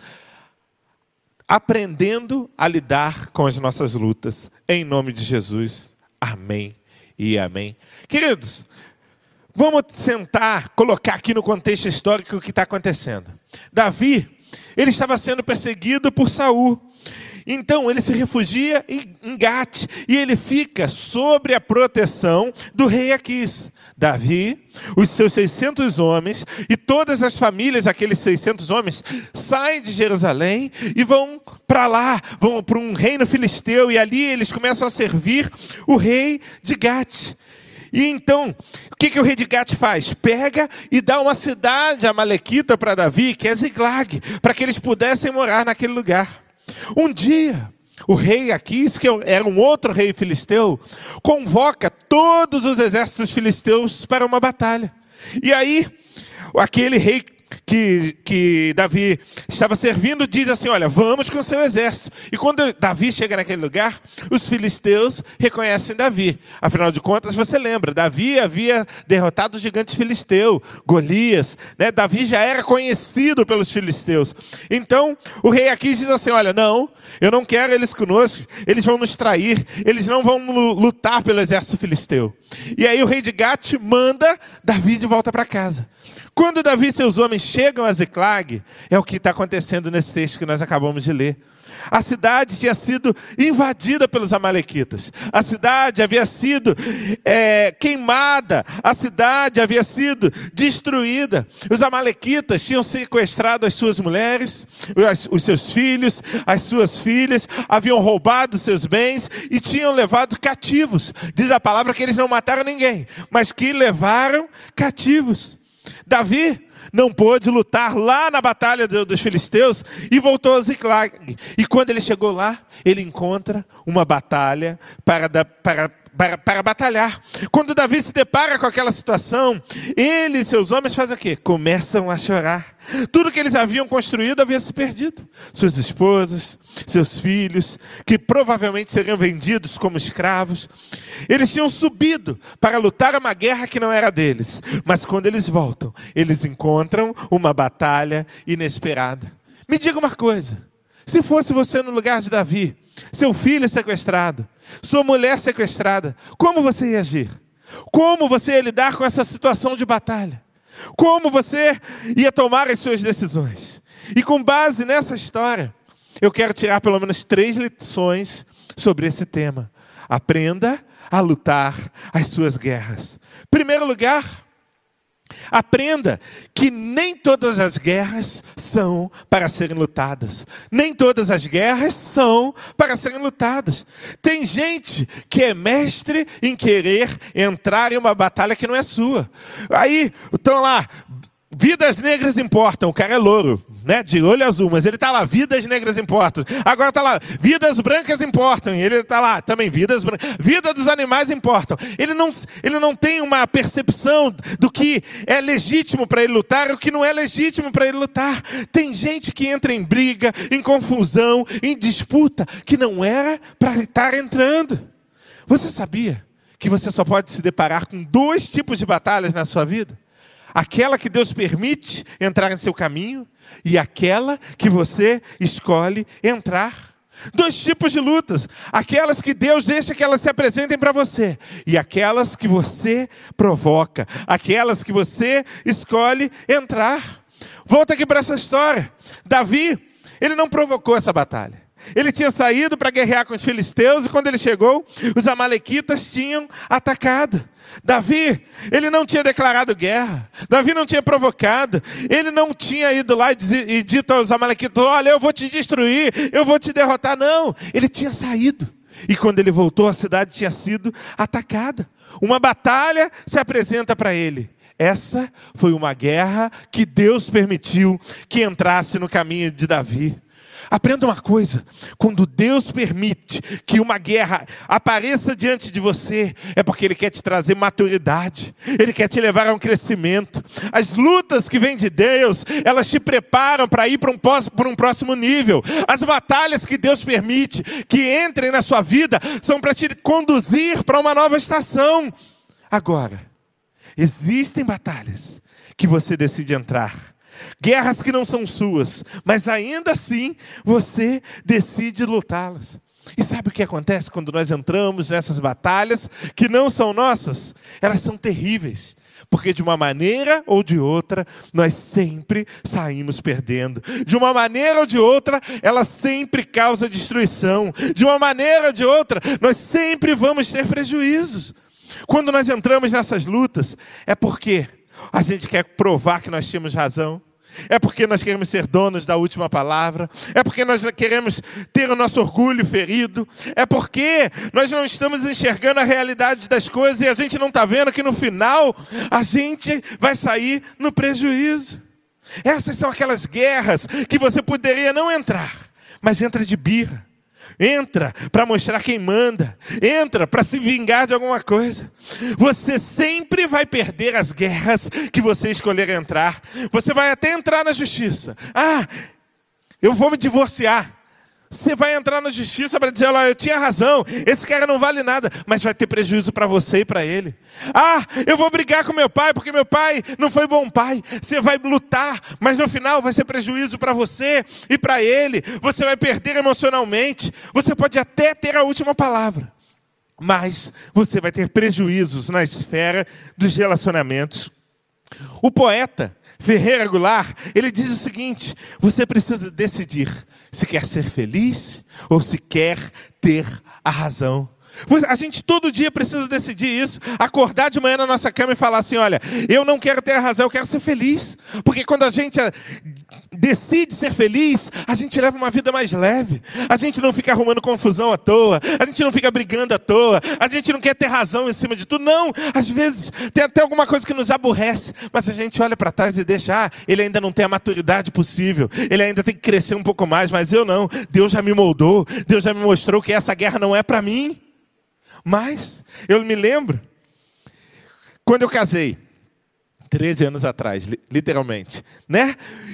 aprendendo a lidar com as nossas lutas. Em nome de Jesus, amém e amém. Queridos, vamos tentar colocar aqui no contexto histórico o que está acontecendo. Davi, ele estava sendo perseguido por Saul. Então ele se refugia em Gate e ele fica sob a proteção do rei Aquis. Davi, os seus seiscentos homens e todas as famílias daqueles seiscentos homens saem de Jerusalém e vão para lá, vão para um reino filisteu, e ali eles começam a servir o rei de Gate. E então, o que, que o rei de Gate faz? Pega e dá uma cidade amalequita para Davi, que é Ziclag, para que eles pudessem morar naquele lugar. Um dia, o rei Aquis, que era um outro rei filisteu, convoca todos os exércitos filisteus para uma batalha. E aí, aquele rei que, que Davi estava servindo, diz assim, olha, vamos com o seu exército. E quando Davi chega naquele lugar, os filisteus reconhecem Davi. Afinal de contas, você lembra, Davi havia derrotado o gigante filisteu, Golias, né? Davi já era conhecido pelos filisteus. Então, o rei Aquis diz assim, olha, não, eu não quero eles conosco, eles vão nos trair, eles não vão lutar pelo exército filisteu. E aí o rei de Gate manda Davi de volta para casa. Quando Davi e seus homens chegam a Ziclag, é o que está acontecendo nesse texto que nós acabamos de ler. A cidade tinha sido invadida pelos amalequitas. A cidade havia sido é, queimada. A cidade havia sido destruída. Os amalequitas tinham sequestrado as suas mulheres, os, os seus filhos, as suas filhas, haviam roubado seus bens e tinham levado cativos. Diz a palavra que eles não mataram ninguém, mas que levaram cativos. Davi não pôde lutar lá na batalha dos filisteus e voltou a Ziclag. E quando ele chegou lá, ele encontra uma batalha para, para, para, para batalhar. Quando Davi se depara com aquela situação, ele e seus homens fazem o quê? Começam a chorar. Tudo que eles haviam construído havia se perdido. Suas esposas, seus filhos, que provavelmente seriam vendidos como escravos. Eles tinham subido para lutar uma guerra que não era deles. Mas quando eles voltam, eles encontram uma batalha inesperada. Me diga uma coisa. Se fosse você no lugar de Davi, seu filho sequestrado, sua mulher sequestrada, como você ia agir? Como você ia lidar com essa situação de batalha? Como você ia tomar as suas decisões? E com base nessa história, eu quero tirar pelo menos três lições sobre esse tema. Aprenda a lutar as suas guerras. Em primeiro lugar, aprenda que nem todas as guerras são para serem lutadas. Nem todas as guerras são para serem lutadas. Tem gente que é mestre em querer entrar em uma batalha que não é sua. Aí, estão lá, vidas negras importam, o cara é louro, né, de olho azul, mas ele está lá, vidas negras importam. Agora está lá, vidas brancas importam, e ele está lá, também vidas brancas. Vida dos animais importam. Ele não, ele não tem uma percepção do que é legítimo para ele lutar e o que não é legítimo para ele lutar. Tem gente que entra em briga, em confusão, em disputa, que não era para estar entrando. Você sabia que você só pode se deparar com dois tipos de batalhas na sua vida? Aquela que Deus permite entrar em seu caminho e aquela que você escolhe entrar. Dois tipos de lutas. Aquelas que Deus deixa que elas se apresentem para você e aquelas que você provoca. Aquelas que você escolhe entrar. Volta aqui para essa história. Davi, ele não provocou essa batalha. Ele tinha saído para guerrear com os filisteus e quando ele chegou, os amalequitas tinham atacado. Davi, ele não tinha declarado guerra. Davi não tinha provocado. Ele não tinha ido lá e dito aos amalequitas, olha, eu vou te destruir, eu vou te derrotar. Não, ele tinha saído. E quando ele voltou, a cidade tinha sido atacada. Uma batalha se apresenta para ele. Essa foi uma guerra que Deus permitiu que entrasse no caminho de Davi. Aprenda uma coisa, quando Deus permite que uma guerra apareça diante de você, é porque Ele quer te trazer maturidade, Ele quer te levar a um crescimento. As lutas que vêm de Deus, elas te preparam para ir para um, para um próximo nível. As batalhas que Deus permite que entrem na sua vida, são para te conduzir para uma nova estação. Agora, existem batalhas que você decide entrar. Guerras que não são suas, mas ainda assim você decide lutá-las. E sabe o que acontece quando nós entramos nessas batalhas que não são nossas? Elas são terríveis, porque de uma maneira ou de outra, nós sempre saímos perdendo. De uma maneira ou de outra, ela sempre causa destruição. De uma maneira ou de outra, nós sempre vamos ter prejuízos. Quando nós entramos nessas lutas, é porque a gente quer provar que nós tínhamos razão. É porque nós queremos ser donos da última palavra. É porque nós queremos ter o nosso orgulho ferido. É porque nós não estamos enxergando a realidade das coisas e a gente não está vendo que no final a gente vai sair no prejuízo. Essas são aquelas guerras que você poderia não entrar, mas entra de birra. Entra para mostrar quem manda. Entra para se vingar de alguma coisa. Você sempre vai perder as guerras que você escolher entrar. Você vai até entrar na justiça. Ah, eu vou me divorciar. Você vai entrar na justiça para dizer, olha, eu tinha razão, esse cara não vale nada, mas vai ter prejuízo para você e para ele. Ah, eu vou brigar com meu pai, porque meu pai não foi bom pai. Você vai lutar, mas no final vai ser prejuízo para você e para ele. Você vai perder emocionalmente. Você pode até ter a última palavra, mas você vai ter prejuízos na esfera dos relacionamentos. O poeta Ferreira Goulart, ele diz o seguinte: você precisa decidir se quer ser feliz ou se quer ter a razão. A gente todo dia precisa decidir isso. Acordar de manhã na nossa cama e falar assim, olha, eu não quero ter a razão, eu quero ser feliz. Porque quando a gente decide ser feliz, a gente leva uma vida mais leve. A gente não fica arrumando confusão à toa. A gente não fica brigando à toa. A gente não quer ter razão em cima de tudo. Não, às vezes tem até alguma coisa que nos aborrece. Mas a gente olha para trás e deixa, ah, ele ainda não tem a maturidade possível. Ele ainda tem que crescer um pouco mais, mas eu não. Deus já me moldou. Deus já me mostrou que essa guerra não é para mim. Mas eu me lembro, quando eu casei, treze anos atrás, literalmente, né?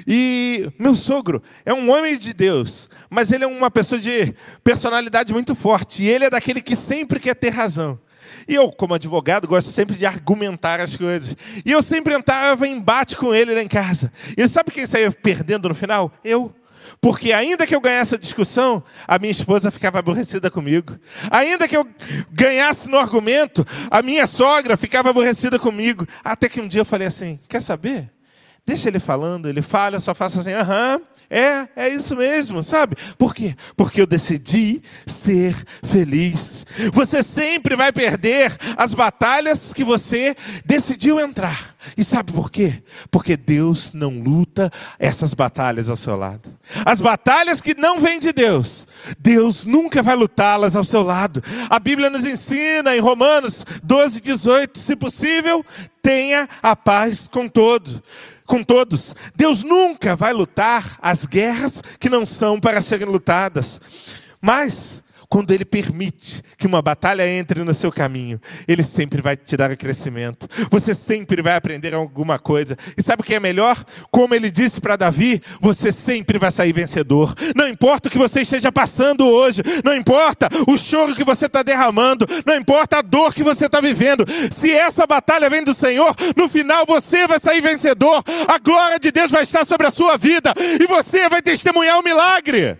E meu sogro é um homem de Deus, mas ele é uma pessoa de personalidade muito forte. E ele é daquele que sempre quer ter razão. E eu, como advogado, gosto sempre de argumentar as coisas. E eu sempre entrava em embate com ele lá em casa. E sabe quem saía perdendo no final? Eu. Porque ainda que eu ganhasse a discussão, a minha esposa ficava aborrecida comigo. Ainda que eu ganhasse no argumento, a minha sogra ficava aborrecida comigo. Até que um dia eu falei assim, quer saber? Deixa ele falando, ele fala, eu só faço assim, aham, é, é isso mesmo, sabe? Por quê? Porque eu decidi ser feliz. Você sempre vai perder as batalhas que você decidiu entrar. E sabe por quê? Porque Deus não luta essas batalhas ao seu lado. As batalhas que não vêm de Deus, Deus nunca vai lutá-las ao seu lado. A Bíblia nos ensina em Romanos doze, dezoito, se possível, tenha a paz com todos. Com todos. Deus nunca vai lutar as guerras que não são para serem lutadas. Mas quando Ele permite que uma batalha entre no seu caminho, Ele sempre vai te dar crescimento. Você sempre vai aprender alguma coisa. E sabe o que é melhor? Como Ele disse para Davi, você sempre vai sair vencedor. Não importa o que você esteja passando hoje, não importa o choro que você está derramando, não importa a dor que você está vivendo. Se essa batalha vem do Senhor, no final você vai sair vencedor. A glória de Deus vai estar sobre a sua vida e você vai testemunhar o milagre.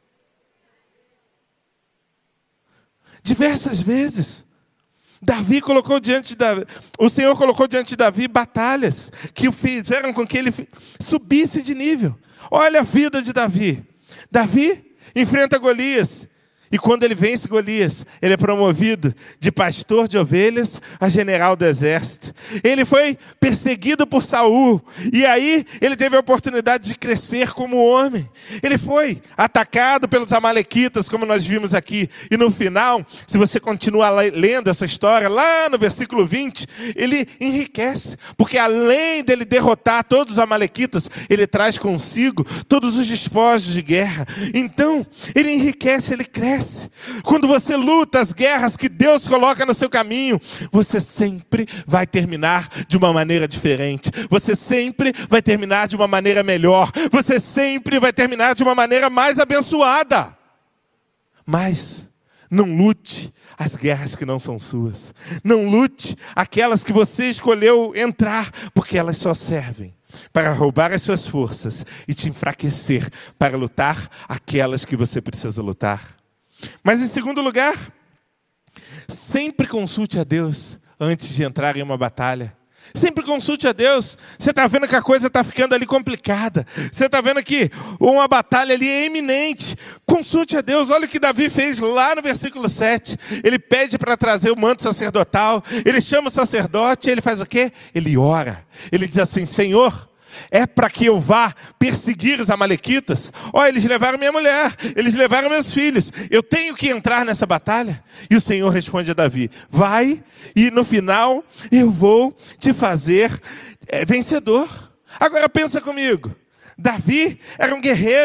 Diversas vezes, Davi colocou diante da, o Senhor colocou diante de Davi batalhas que o fizeram com que ele subisse de nível. Olha a vida de Davi. Davi enfrenta Golias. E quando ele vence Golias, ele é promovido de pastor de ovelhas a general do exército. Ele foi perseguido por Saul. E aí ele teve a oportunidade de crescer como homem. Ele foi atacado pelos amalequitas, como nós vimos aqui. E no final, se você continuar lendo essa história, lá no versículo vinte, ele enriquece. Porque além dele derrotar todos os amalequitas, ele traz consigo todos os despojos de guerra. Então, ele enriquece, ele cresce. Quando você luta as guerras que Deus coloca no seu caminho, você sempre vai terminar de uma maneira diferente. Você sempre vai terminar de uma maneira melhor. Você sempre vai terminar de uma maneira mais abençoada. Mas não lute as guerras que não são suas. Não lute aquelas que você escolheu entrar, porque elas só servem para roubar as suas forças e te enfraquecer para lutar aquelas que você precisa lutar. Mas em segundo lugar, sempre consulte a Deus antes de entrar em uma batalha. Sempre consulte a Deus. Você está vendo que a coisa está ficando ali complicada. Você está vendo que uma batalha ali é iminente. Consulte a Deus. Olha o que Davi fez lá no versículo sete. Ele pede para trazer o manto sacerdotal. Ele chama o sacerdote e ele faz o quê? Ele ora. Ele diz assim, Senhor, é para que eu vá perseguir os amalequitas? Ó, eles levaram minha mulher, eles levaram meus filhos. Eu tenho que entrar nessa batalha? E o Senhor responde a Davi, vai e no final eu vou te fazer é, vencedor. Agora pensa comigo, Davi era um guerreiro.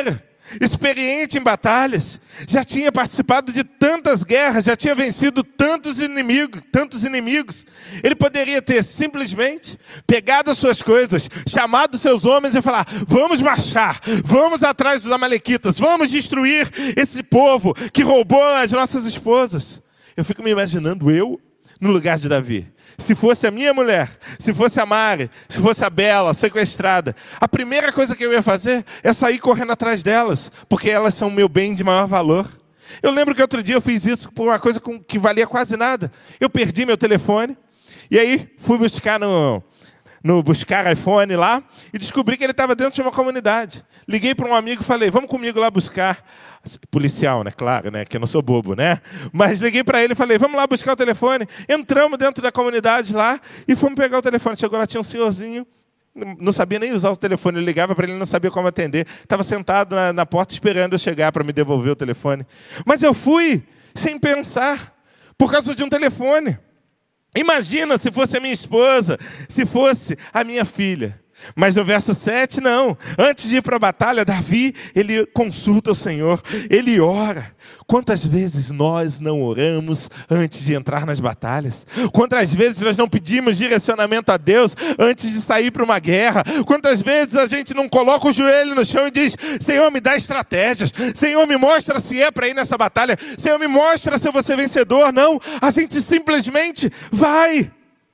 experiente em batalhas, já tinha participado de tantas guerras, já tinha vencido tantos inimigos, tantos inimigos. Ele poderia ter simplesmente pegado as suas coisas, chamado seus homens e falar: vamos marchar, vamos atrás dos amalequitas, vamos destruir esse povo que roubou as nossas esposas. Eu fico me imaginando eu no lugar de Davi. Se fosse a minha mulher, se fosse a Mari, se fosse a Bela, sequestrada, a primeira coisa que eu ia fazer é sair correndo atrás delas, porque elas são o meu bem de maior valor. Eu lembro que outro dia eu fiz isso por uma coisa que valia quase nada. Eu perdi meu telefone, e aí fui buscar no, no buscar iPhone lá, e descobri que ele estava dentro de uma comunidade. Liguei para um amigo e falei: vamos comigo lá buscar. Policial, né? Claro, né? Que eu não sou bobo, né? Mas liguei para ele e falei: vamos lá buscar o telefone. Entramos dentro da comunidade lá e fomos pegar o telefone. Chegou lá, tinha um senhorzinho, não sabia nem usar o telefone. Eu ligava para ele, não sabia como atender. Estava sentado na, na porta esperando eu chegar para me devolver o telefone. Mas eu fui sem pensar, por causa de um telefone. Imagina se fosse a minha esposa, se fosse a minha filha. Mas no verso sete, não. Antes de ir para a batalha, Davi, ele consulta o Senhor, ele ora. Quantas vezes nós não oramos antes de entrar nas batalhas? Quantas vezes nós não pedimos direcionamento a Deus antes de sair para uma guerra? Quantas vezes a gente não coloca o joelho no chão e diz: Senhor, me dá estratégias. Senhor, me mostra se é para ir nessa batalha. Senhor, me mostra se eu vou ser vencedor. Não, a gente simplesmente vai.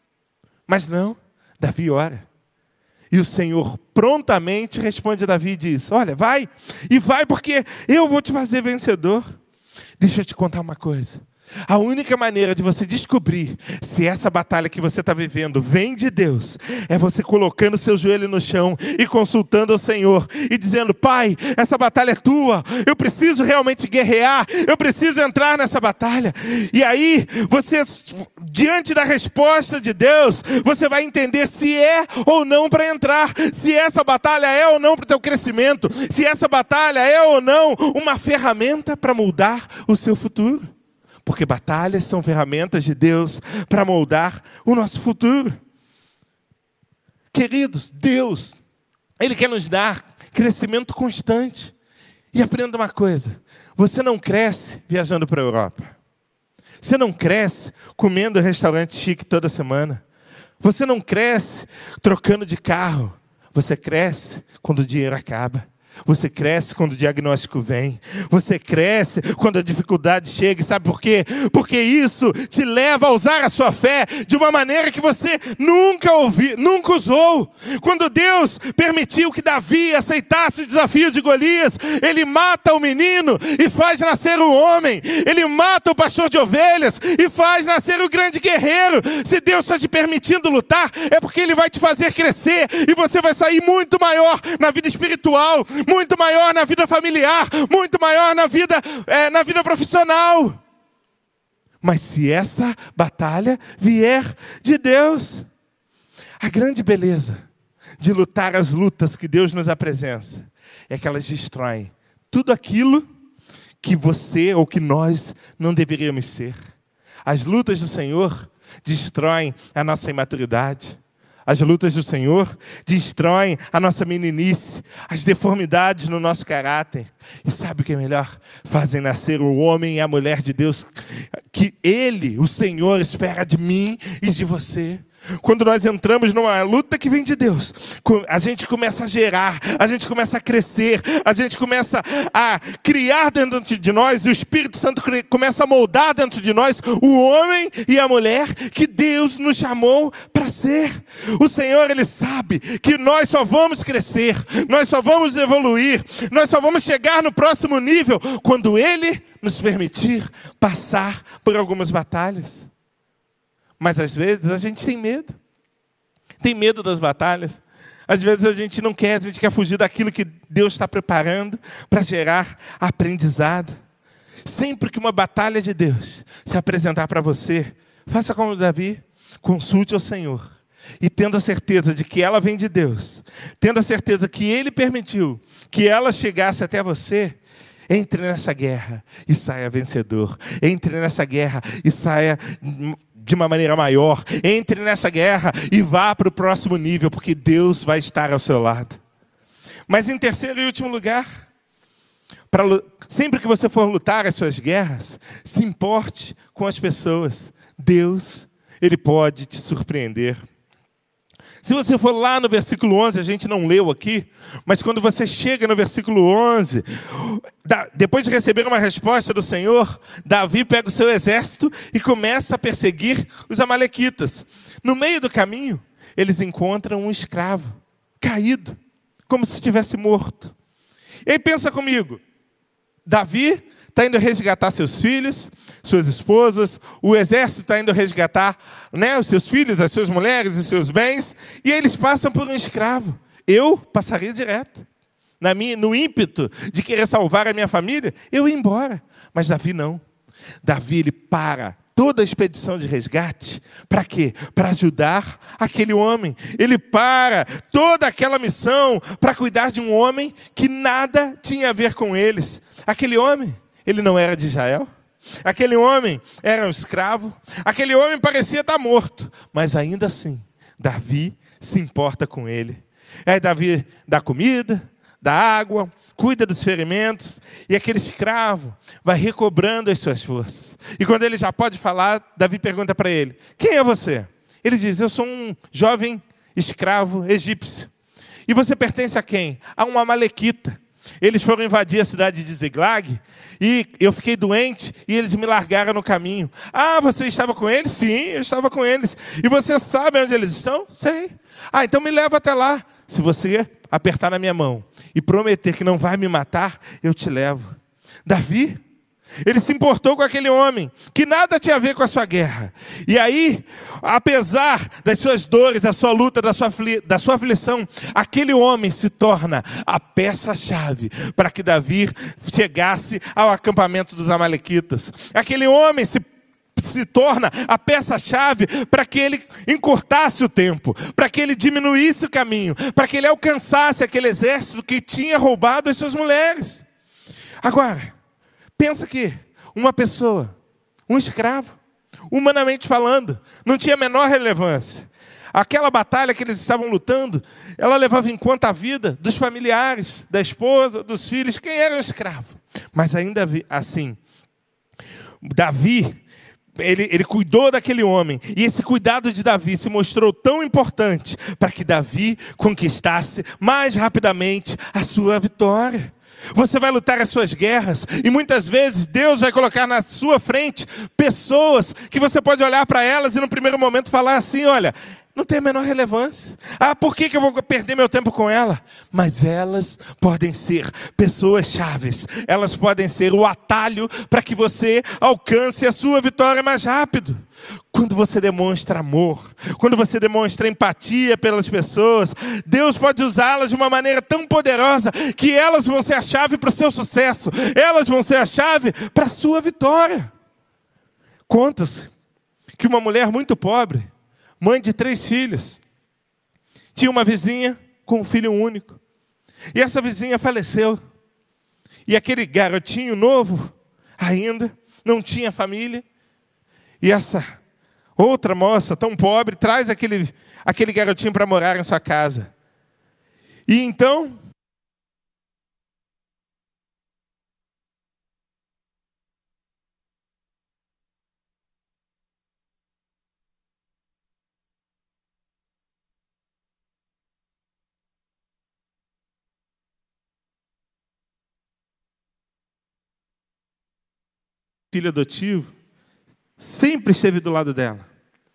Mas não, Davi ora. E o Senhor prontamente responde a Davi e diz: olha, vai, e vai porque eu vou te fazer vencedor. Deixa eu te contar uma coisa. A única maneira de você descobrir se essa batalha que você está vivendo vem de Deus é você colocando seu joelho no chão e consultando o Senhor e dizendo: Pai, essa batalha é tua, eu preciso realmente guerrear, eu preciso entrar nessa batalha. E aí, você, diante da resposta de Deus, você vai entender se é ou não para entrar, se essa batalha é ou não para o teu crescimento, se essa batalha é ou não uma ferramenta para moldar o seu futuro. Porque batalhas são ferramentas de Deus para moldar o nosso futuro. Queridos, Deus, Ele quer nos dar crescimento constante. E aprenda uma coisa: você não cresce viajando para a Europa. Você não cresce comendo em restaurante chique toda semana. Você não cresce trocando de carro. Você cresce quando o dinheiro acaba. Você cresce quando o diagnóstico vem. Você cresce quando a dificuldade chega. E sabe por quê? Porque isso te leva a usar a sua fé de uma maneira que você nunca ouviu, nunca usou. Quando Deus permitiu que Davi aceitasse o desafio de Golias, Ele mata o menino e faz nascer o homem. Ele mata o pastor de ovelhas e faz nascer o grande guerreiro. Se Deus está te permitindo lutar, é porque Ele vai te fazer crescer. E você vai sair muito maior na vida espiritual, muito maior na vida familiar, muito maior na vida, é, na vida profissional. Mas se essa batalha vier de Deus, a grande beleza de lutar as lutas que Deus nos apresenta é que elas destroem tudo aquilo que você ou que nós não deveríamos ser. As lutas do Senhor destroem a nossa imaturidade. As lutas do Senhor destroem a nossa meninice, as deformidades no nosso caráter. E sabe o que é melhor? Fazem nascer o homem e a mulher de Deus que Ele, o Senhor, espera de mim e de você. Quando nós entramos numa luta que vem de Deus, a gente começa a gerar, a gente começa a crescer, a gente começa a criar dentro de nós, e o Espírito Santo começa a moldar dentro de nós o homem e a mulher que Deus nos chamou para ser. O Senhor, Ele sabe que nós só vamos crescer, nós só vamos evoluir, nós só vamos chegar no próximo nível quando Ele nos permitir passar por algumas batalhas. Mas às vezes a gente tem medo. Tem medo das batalhas. Às vezes a gente não quer, a gente quer fugir daquilo que Deus está preparando para gerar aprendizado. Sempre que uma batalha de Deus se apresentar para você, faça como Davi, consulte ao Senhor. E tendo a certeza de que ela vem de Deus, tendo a certeza que Ele permitiu que ela chegasse até você, entre nessa guerra e saia vencedor. Entre nessa guerra e saia de uma maneira maior. Entre nessa guerra e vá para o próximo nível, porque Deus vai estar ao seu lado. Mas em terceiro e último lugar, pra, sempre que você for lutar as suas guerras, se importe com as pessoas. Deus, Ele pode te surpreender. Se você for lá no versículo onze, a gente não leu aqui, mas quando você chega no versículo onze, depois de receber uma resposta do Senhor, Davi pega o seu exército e começa a perseguir os amalequitas. No meio do caminho, eles encontram um escravo, caído, como se estivesse morto. E aí pensa comigo, Davi está indo resgatar seus filhos, suas esposas, o exército está indo resgatar, né, os seus filhos, as suas mulheres, os seus bens, e eles passam por um escravo. Eu passaria direto. Na minha, no ímpeto de querer salvar a minha família, eu ia embora. Mas Davi não. Davi, ele para toda a expedição de resgate. Para quê? Para ajudar aquele homem. Ele para toda aquela missão para cuidar de um homem que nada tinha a ver com eles. Aquele homem, ele não era de Israel. Aquele homem era um escravo. Aquele homem parecia estar morto. Mas ainda assim, Davi se importa com ele. Aí Davi dá comida, dá água, cuida dos ferimentos. E aquele escravo vai recobrando as suas forças. E quando ele já pode falar, Davi pergunta para ele: quem é você? Ele diz: eu sou um jovem escravo egípcio. E você pertence a quem? A um amalequita. Eles foram invadir a cidade de Ziglag e eu fiquei doente e eles me largaram no caminho. Ah, você estava com eles? Sim, eu estava com eles. E você sabe onde eles estão? Sei. Ah, então me leva até lá. Se você apertar na minha mão e prometer que não vai me matar, eu te levo. Davi, ele se importou com aquele homem que nada tinha a ver com a sua guerra. E aí, apesar das suas dores, da sua luta, da sua, da sua aflição, aquele homem se torna a peça-chave para que Davi chegasse ao acampamento dos amalequitas. Aquele homem se se torna a peça-chave para que ele encurtasse o tempo, para que ele diminuísse o caminho, para que ele alcançasse aquele exército que tinha roubado as suas mulheres. Agora, pensa que uma pessoa, um escravo, humanamente falando, não tinha a menor relevância. Aquela batalha que eles estavam lutando, ela levava em conta a vida dos familiares, da esposa, dos filhos, quem era o escravo. Mas ainda assim, Davi, Ele, ele cuidou daquele homem. E esse cuidado de Davi se mostrou tão importante para que Davi conquistasse mais rapidamente a sua vitória. Você vai lutar as suas guerras e muitas vezes Deus vai colocar na sua frente pessoas que você pode olhar para elas e no primeiro momento falar assim: olha, não tem a menor relevância. Ah, por que que eu vou perder meu tempo com ela? Mas elas podem ser pessoas chaves. Elas podem ser o atalho para que você alcance a sua vitória mais rápido. Quando você demonstra amor, quando você demonstra empatia pelas pessoas, Deus pode usá-las de uma maneira tão poderosa que elas vão ser a chave para o seu sucesso. Elas vão ser a chave para a sua vitória. Conta-se que uma mulher muito pobre, mãe de três filhos, tinha uma vizinha com um filho único. E essa vizinha faleceu. E aquele garotinho novo, ainda, não tinha família. E essa outra moça, tão pobre, traz aquele, aquele garotinho para morar em sua casa. E então, filho adotivo, sempre esteve do lado dela.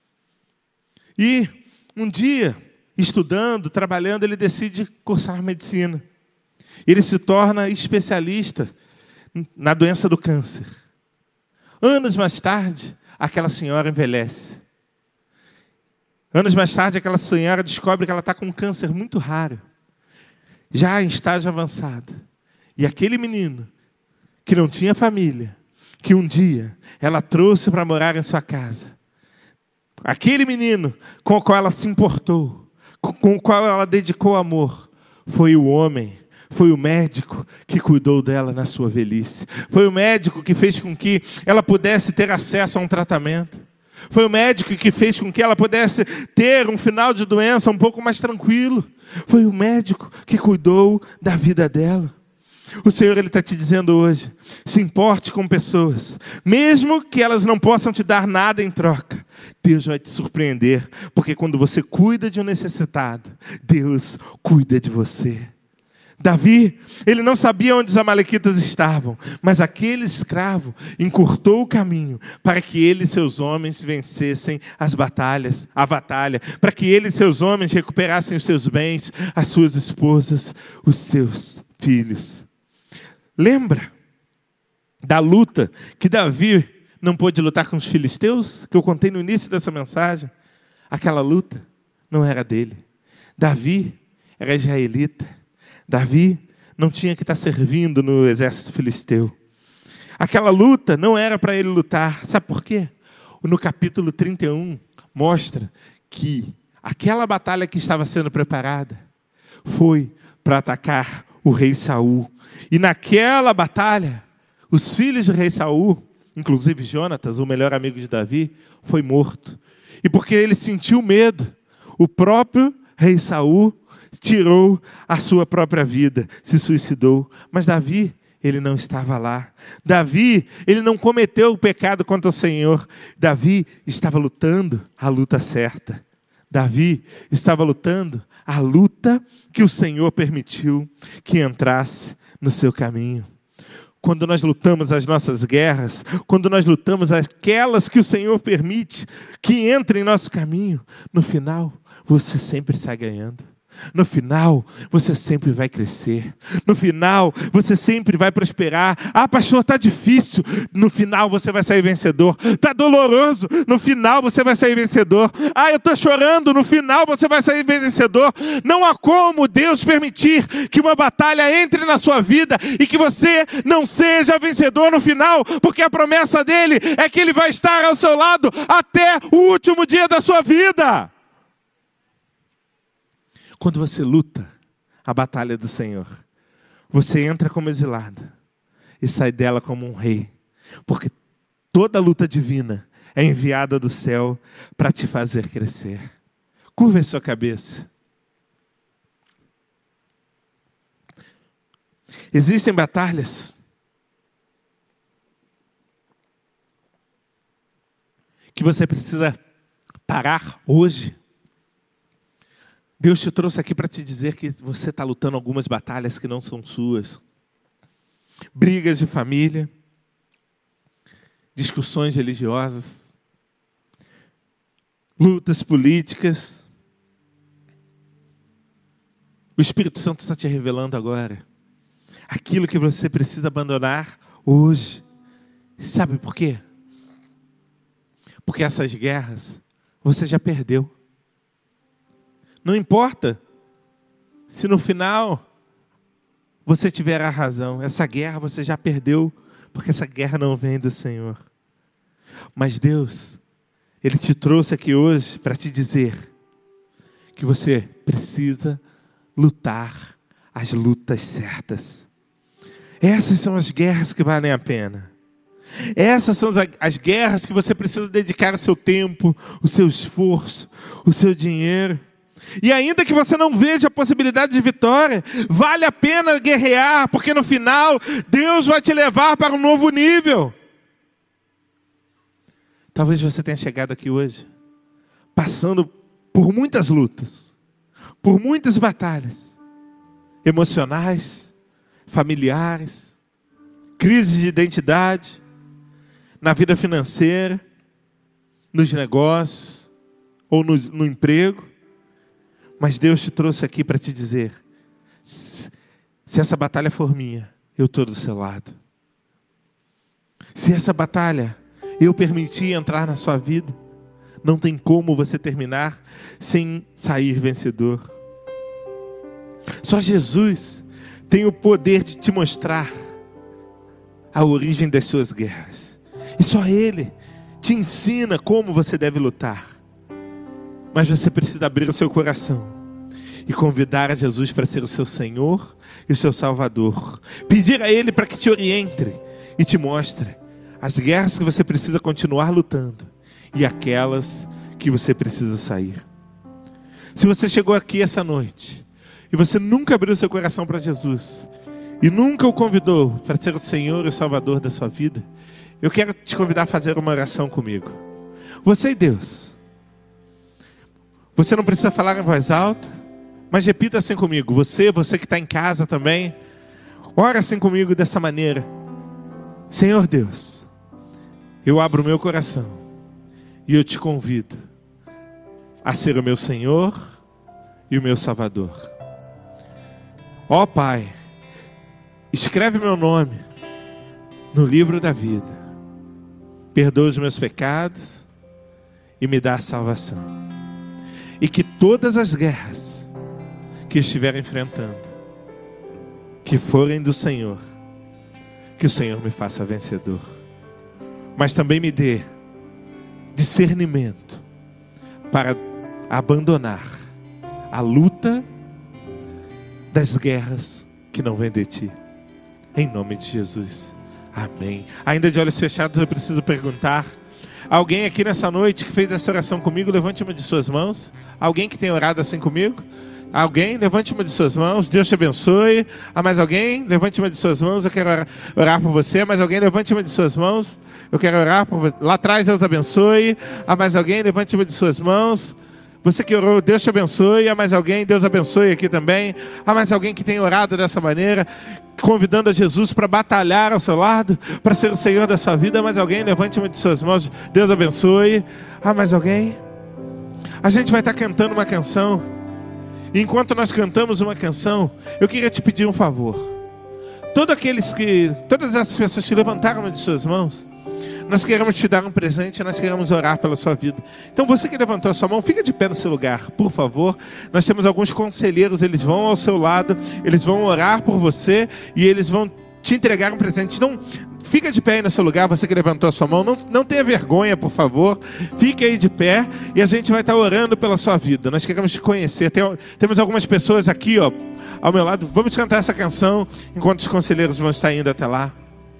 E um dia, estudando, trabalhando, ele decide cursar medicina. Ele se torna especialista na doença do câncer. Anos mais tarde, aquela senhora envelhece. Anos mais tarde, aquela senhora descobre que ela está com um câncer muito raro, já em estágio avançado. E aquele menino, que não tinha família, que um dia ela trouxe para morar em sua casa, aquele menino com o qual ela se importou, com o qual ela dedicou amor, foi o homem, foi o médico que cuidou dela na sua velhice. Foi o médico que fez com que ela pudesse ter acesso a um tratamento. Foi o médico que fez com que ela pudesse ter um final de doença um pouco mais tranquilo. Foi o médico que cuidou da vida dela. O Senhor está te dizendo hoje, se importe com pessoas, mesmo que elas não possam te dar nada em troca. Deus vai te surpreender, porque quando você cuida de um necessitado, Deus cuida de você. Davi, ele não sabia onde os amalequitas estavam, mas aquele escravo encurtou o caminho para que ele e seus homens vencessem as batalhas, a batalha, para que ele e seus homens recuperassem os seus bens, as suas esposas, os seus filhos. Lembra da luta que Davi não pôde lutar com os filisteus, que eu contei no início dessa mensagem? Aquela luta não era dele. Davi era israelita. Davi não tinha que estar servindo no exército filisteu. Aquela luta não era para ele lutar. Sabe por quê? No capítulo trinta e um, mostra que aquela batalha que estava sendo preparada foi para atacar o rei Saul. E naquela batalha, os filhos do rei Saul, inclusive Jonatas, o melhor amigo de Davi, foi morto. E porque ele sentiu medo, o próprio rei Saul tirou a sua própria vida, se suicidou. Mas Davi, ele não estava lá. Davi, ele não cometeu o pecado contra o Senhor. Davi estava lutando a luta certa. Davi estava lutando a luta que o Senhor permitiu que entrasse no seu caminho. Quando nós lutamos as nossas guerras, quando nós lutamos aquelas que o Senhor permite que entrem em nosso caminho, no final, você sempre sai ganhando. No final, você sempre vai crescer. No final, você sempre vai prosperar. Ah, pastor, está difícil. No final, você vai sair vencedor. Está doloroso. No final, você vai sair vencedor. Ah, eu estou chorando. No final, você vai sair vencedor. Não há como Deus permitir que uma batalha entre na sua vida e que você não seja vencedor no final, porque a promessa dele é que ele vai estar ao seu lado até o último dia da sua vida. Quando você luta a batalha do Senhor, você entra como exilado e sai dela como um rei. Porque toda luta divina é enviada do céu para te fazer crescer. Curva a sua cabeça. Existem batalhas que você precisa parar hoje. Deus te trouxe aqui para te dizer que você está lutando algumas batalhas que não são suas. Brigas de família, discussões religiosas, lutas políticas. O Espírito Santo está te revelando agora aquilo que você precisa abandonar hoje. Sabe por quê? Porque essas guerras você já perdeu. Não importa se no final você tiver a razão. Essa guerra você já perdeu, porque essa guerra não vem do Senhor. Mas Deus, Ele te trouxe aqui hoje para te dizer que você precisa lutar as lutas certas. Essas são as guerras que valem a pena. Essas são as guerras que você precisa dedicar o seu tempo, o seu esforço, o seu dinheiro. E ainda que você não veja a possibilidade de vitória, vale a pena guerrear, porque no final, Deus vai te levar para um novo nível. Talvez você tenha chegado aqui hoje, passando por muitas lutas, por muitas batalhas, emocionais, familiares, crises de identidade, na vida financeira, nos negócios, ou no, no emprego. Mas Deus te trouxe aqui para te dizer, se, se essa batalha for minha, eu estou do seu lado. Se essa batalha eu permitir entrar na sua vida, não tem como você terminar sem sair vencedor. Só Jesus tem o poder de te mostrar a origem das suas guerras. E só Ele te ensina como você deve lutar. Mas você precisa abrir o seu coração e convidar a Jesus para ser o seu Senhor e o seu Salvador. Pedir a Ele para que te oriente e te mostre as guerras que você precisa continuar lutando e aquelas que você precisa sair. Se você chegou aqui essa noite e você nunca abriu seu coração para Jesus, e nunca o convidou para ser o Senhor e o Salvador da sua vida, eu quero te convidar a fazer uma oração comigo. Você e Deus. Você não precisa falar em voz alta, mas repita assim comigo. Você, você que está em casa também, ora assim comigo dessa maneira. Senhor Deus, eu abro o meu coração e eu te convido a ser o meu Senhor e o meu Salvador. Ó Pai, escreve meu nome no livro da vida. Perdoa os meus pecados e me dá a salvação. E que todas as guerras que estiver enfrentando, que forem do Senhor, que o Senhor me faça vencedor. Mas também me dê discernimento para abandonar a luta das guerras que não vêm de Ti. Em nome de Jesus. Amém. Ainda de olhos fechados, eu preciso perguntar: alguém aqui nessa noite que fez essa oração comigo, levante uma de suas mãos. Alguém que tem orado assim comigo? Alguém? Levante uma de suas mãos. Deus te abençoe. Há mais alguém? Levante uma de suas mãos. Eu quero orar, orar por você. Há mais alguém? Levante uma de suas mãos. Eu quero orar por você. Lá atrás, Deus abençoe. Há mais alguém? Levante uma de suas mãos. Você que orou, Deus te abençoe. Há mais alguém? Deus abençoe aqui também. Há mais alguém que tem orado dessa maneira, convidando a Jesus para batalhar ao seu lado, para ser o Senhor da sua vida? Há mais alguém? Levante uma de suas mãos. Deus abençoe. Há mais alguém? A gente vai estar cantando uma canção. E enquanto nós cantamos uma canção, eu queria te pedir um favor. Todos aqueles que, todas essas pessoas que levantaram uma de suas mãos, nós queremos te dar um presente, nós queremos orar pela sua vida. Então você que levantou a sua mão, fica de pé no seu lugar, por favor. Nós temos alguns conselheiros, eles vão ao seu lado, eles vão orar por você e eles vão te entregar um presente. Então, fica de pé aí no seu lugar, você que levantou a sua mão. Não, não tenha vergonha, por favor. Fique aí de pé e a gente vai estar orando pela sua vida. Nós queremos te conhecer. Tem, temos algumas pessoas aqui, ó, ao meu lado. Vamos cantar essa canção enquanto os conselheiros vão estar indo até lá.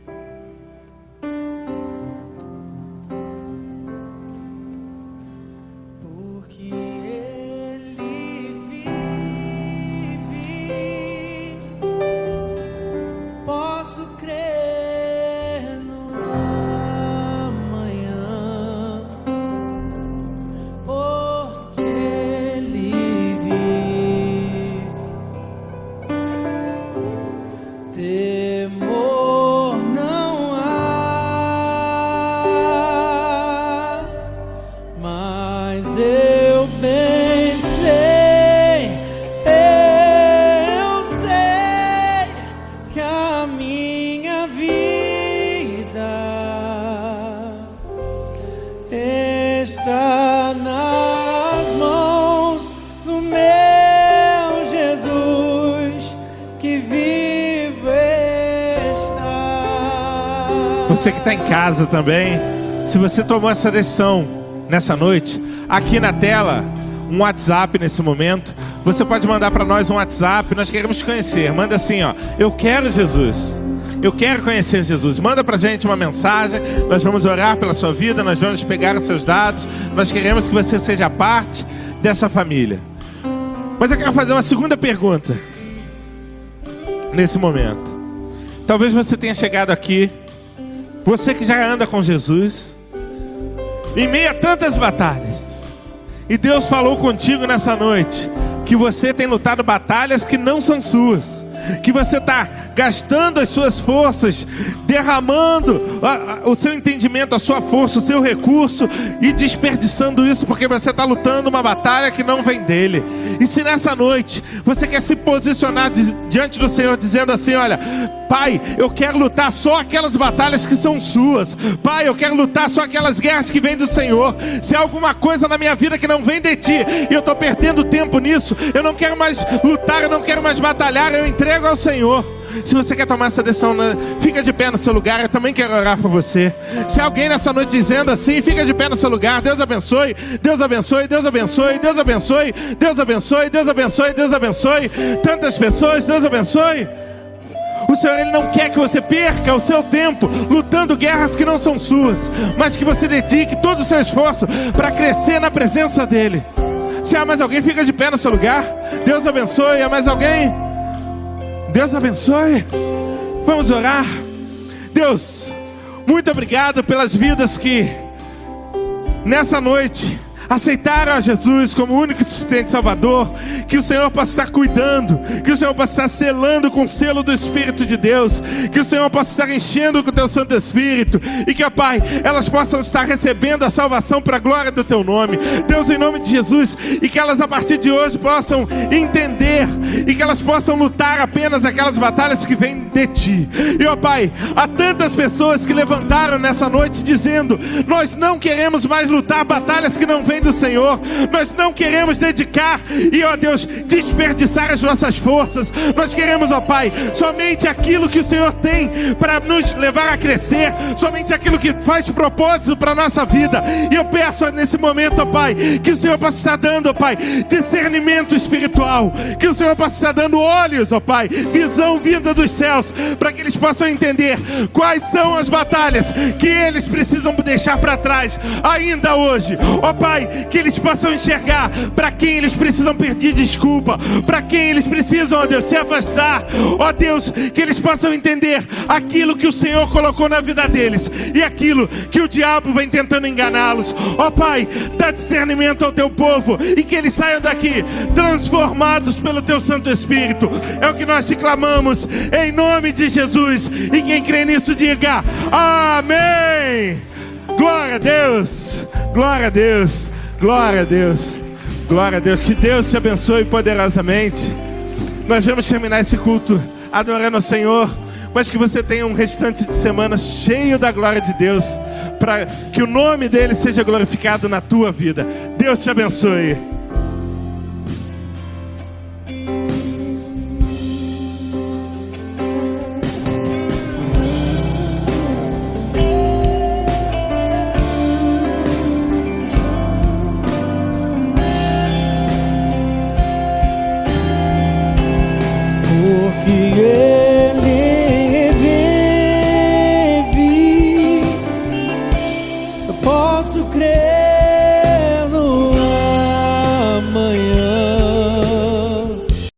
Você que está em casa também, se você tomou essa decisão nessa noite, aqui na tela, um WhatsApp nesse momento, você pode mandar para nós um WhatsApp, nós queremos te conhecer. Manda assim, ó, eu quero Jesus, eu quero conhecer Jesus. Manda para a gente uma mensagem, nós vamos orar pela sua vida, nós vamos pegar os seus dados, nós queremos que você seja parte dessa família. Mas eu quero fazer uma segunda pergunta nesse momento. Talvez você tenha chegado aqui, você que já anda com Jesus, em meio a tantas batalhas, e Deus falou contigo nessa noite que você tem lutado batalhas que não são suas, que você está gastando as suas forças, derramando a, a, o seu entendimento, a sua força, o seu recurso e desperdiçando isso porque você está lutando uma batalha que não vem dele. E se nessa noite você quer se posicionar di, diante do Senhor dizendo assim, olha, Pai, eu quero lutar só aquelas batalhas que são suas. Pai, eu quero lutar só aquelas guerras que vêm do Senhor. Se há alguma coisa na minha vida que não vem de Ti e eu estou perdendo tempo nisso, eu não quero mais lutar, eu não quero mais batalhar, eu entrego ao Senhor. Se você quer tomar essa decisão, fica de pé no seu lugar, eu também quero orar por você. Se alguém nessa noite dizendo assim, fica de pé no seu lugar, Deus abençoe, Deus abençoe, Deus abençoe, Deus abençoe, Deus abençoe, Deus abençoe, Deus abençoe, tantas pessoas, Deus abençoe. O Senhor, Ele não quer que você perca o seu tempo lutando guerras que não são suas, mas que você dedique todo o seu esforço para crescer na presença dEle. Se há mais alguém, fica de pé no seu lugar. Deus abençoe. Há mais alguém? Deus abençoe. Vamos orar. Deus, muito obrigado pelas vidas que nessa noite aceitaram a Jesus como único e suficiente Salvador. Que o Senhor possa estar cuidando, que o Senhor possa estar selando com o selo do Espírito de Deus, que o Senhor possa estar enchendo com o teu Santo Espírito, e que, ó Pai, elas possam estar recebendo a salvação para a glória do teu nome, Deus, em nome de Jesus, e que elas a partir de hoje possam entender, e que elas possam lutar apenas aquelas batalhas que vêm de Ti. E, ó Pai, há tantas pessoas que levantaram nessa noite dizendo: nós não queremos mais lutar batalhas que não vêm do Senhor, nós não queremos dedicar e, ó Deus, desperdiçar as nossas forças. Nós queremos, ó Pai, somente aquilo que o Senhor tem para nos levar a crescer, somente aquilo que faz propósito para a nossa vida. E eu peço nesse momento, ó Pai, que o Senhor possa estar dando, ó Pai, discernimento espiritual, que o Senhor possa estar dando olhos, ó Pai, visão vinda dos céus, para que eles possam entender quais são as batalhas que eles precisam deixar para trás ainda hoje, ó Pai, que eles possam enxergar para quem eles precisam pedir desculpa, para quem eles precisam, ó Deus, se afastar, ó Deus, que eles possam entender aquilo que o Senhor colocou na vida deles e aquilo que o diabo vem tentando enganá-los. Ó Pai, dá discernimento ao teu povo e que eles saiam daqui transformados pelo teu Santo Espírito. É o que nós te clamamos em nome de Jesus, e quem crê nisso diga amém. Glória a Deus, glória a Deus, glória a Deus, glória a Deus. Que Deus te abençoe poderosamente. Nós vamos terminar esse culto adorando ao Senhor, mas que você tenha um restante de semana cheio da glória de Deus, para que o nome dele seja glorificado na tua vida. Deus te abençoe. Porque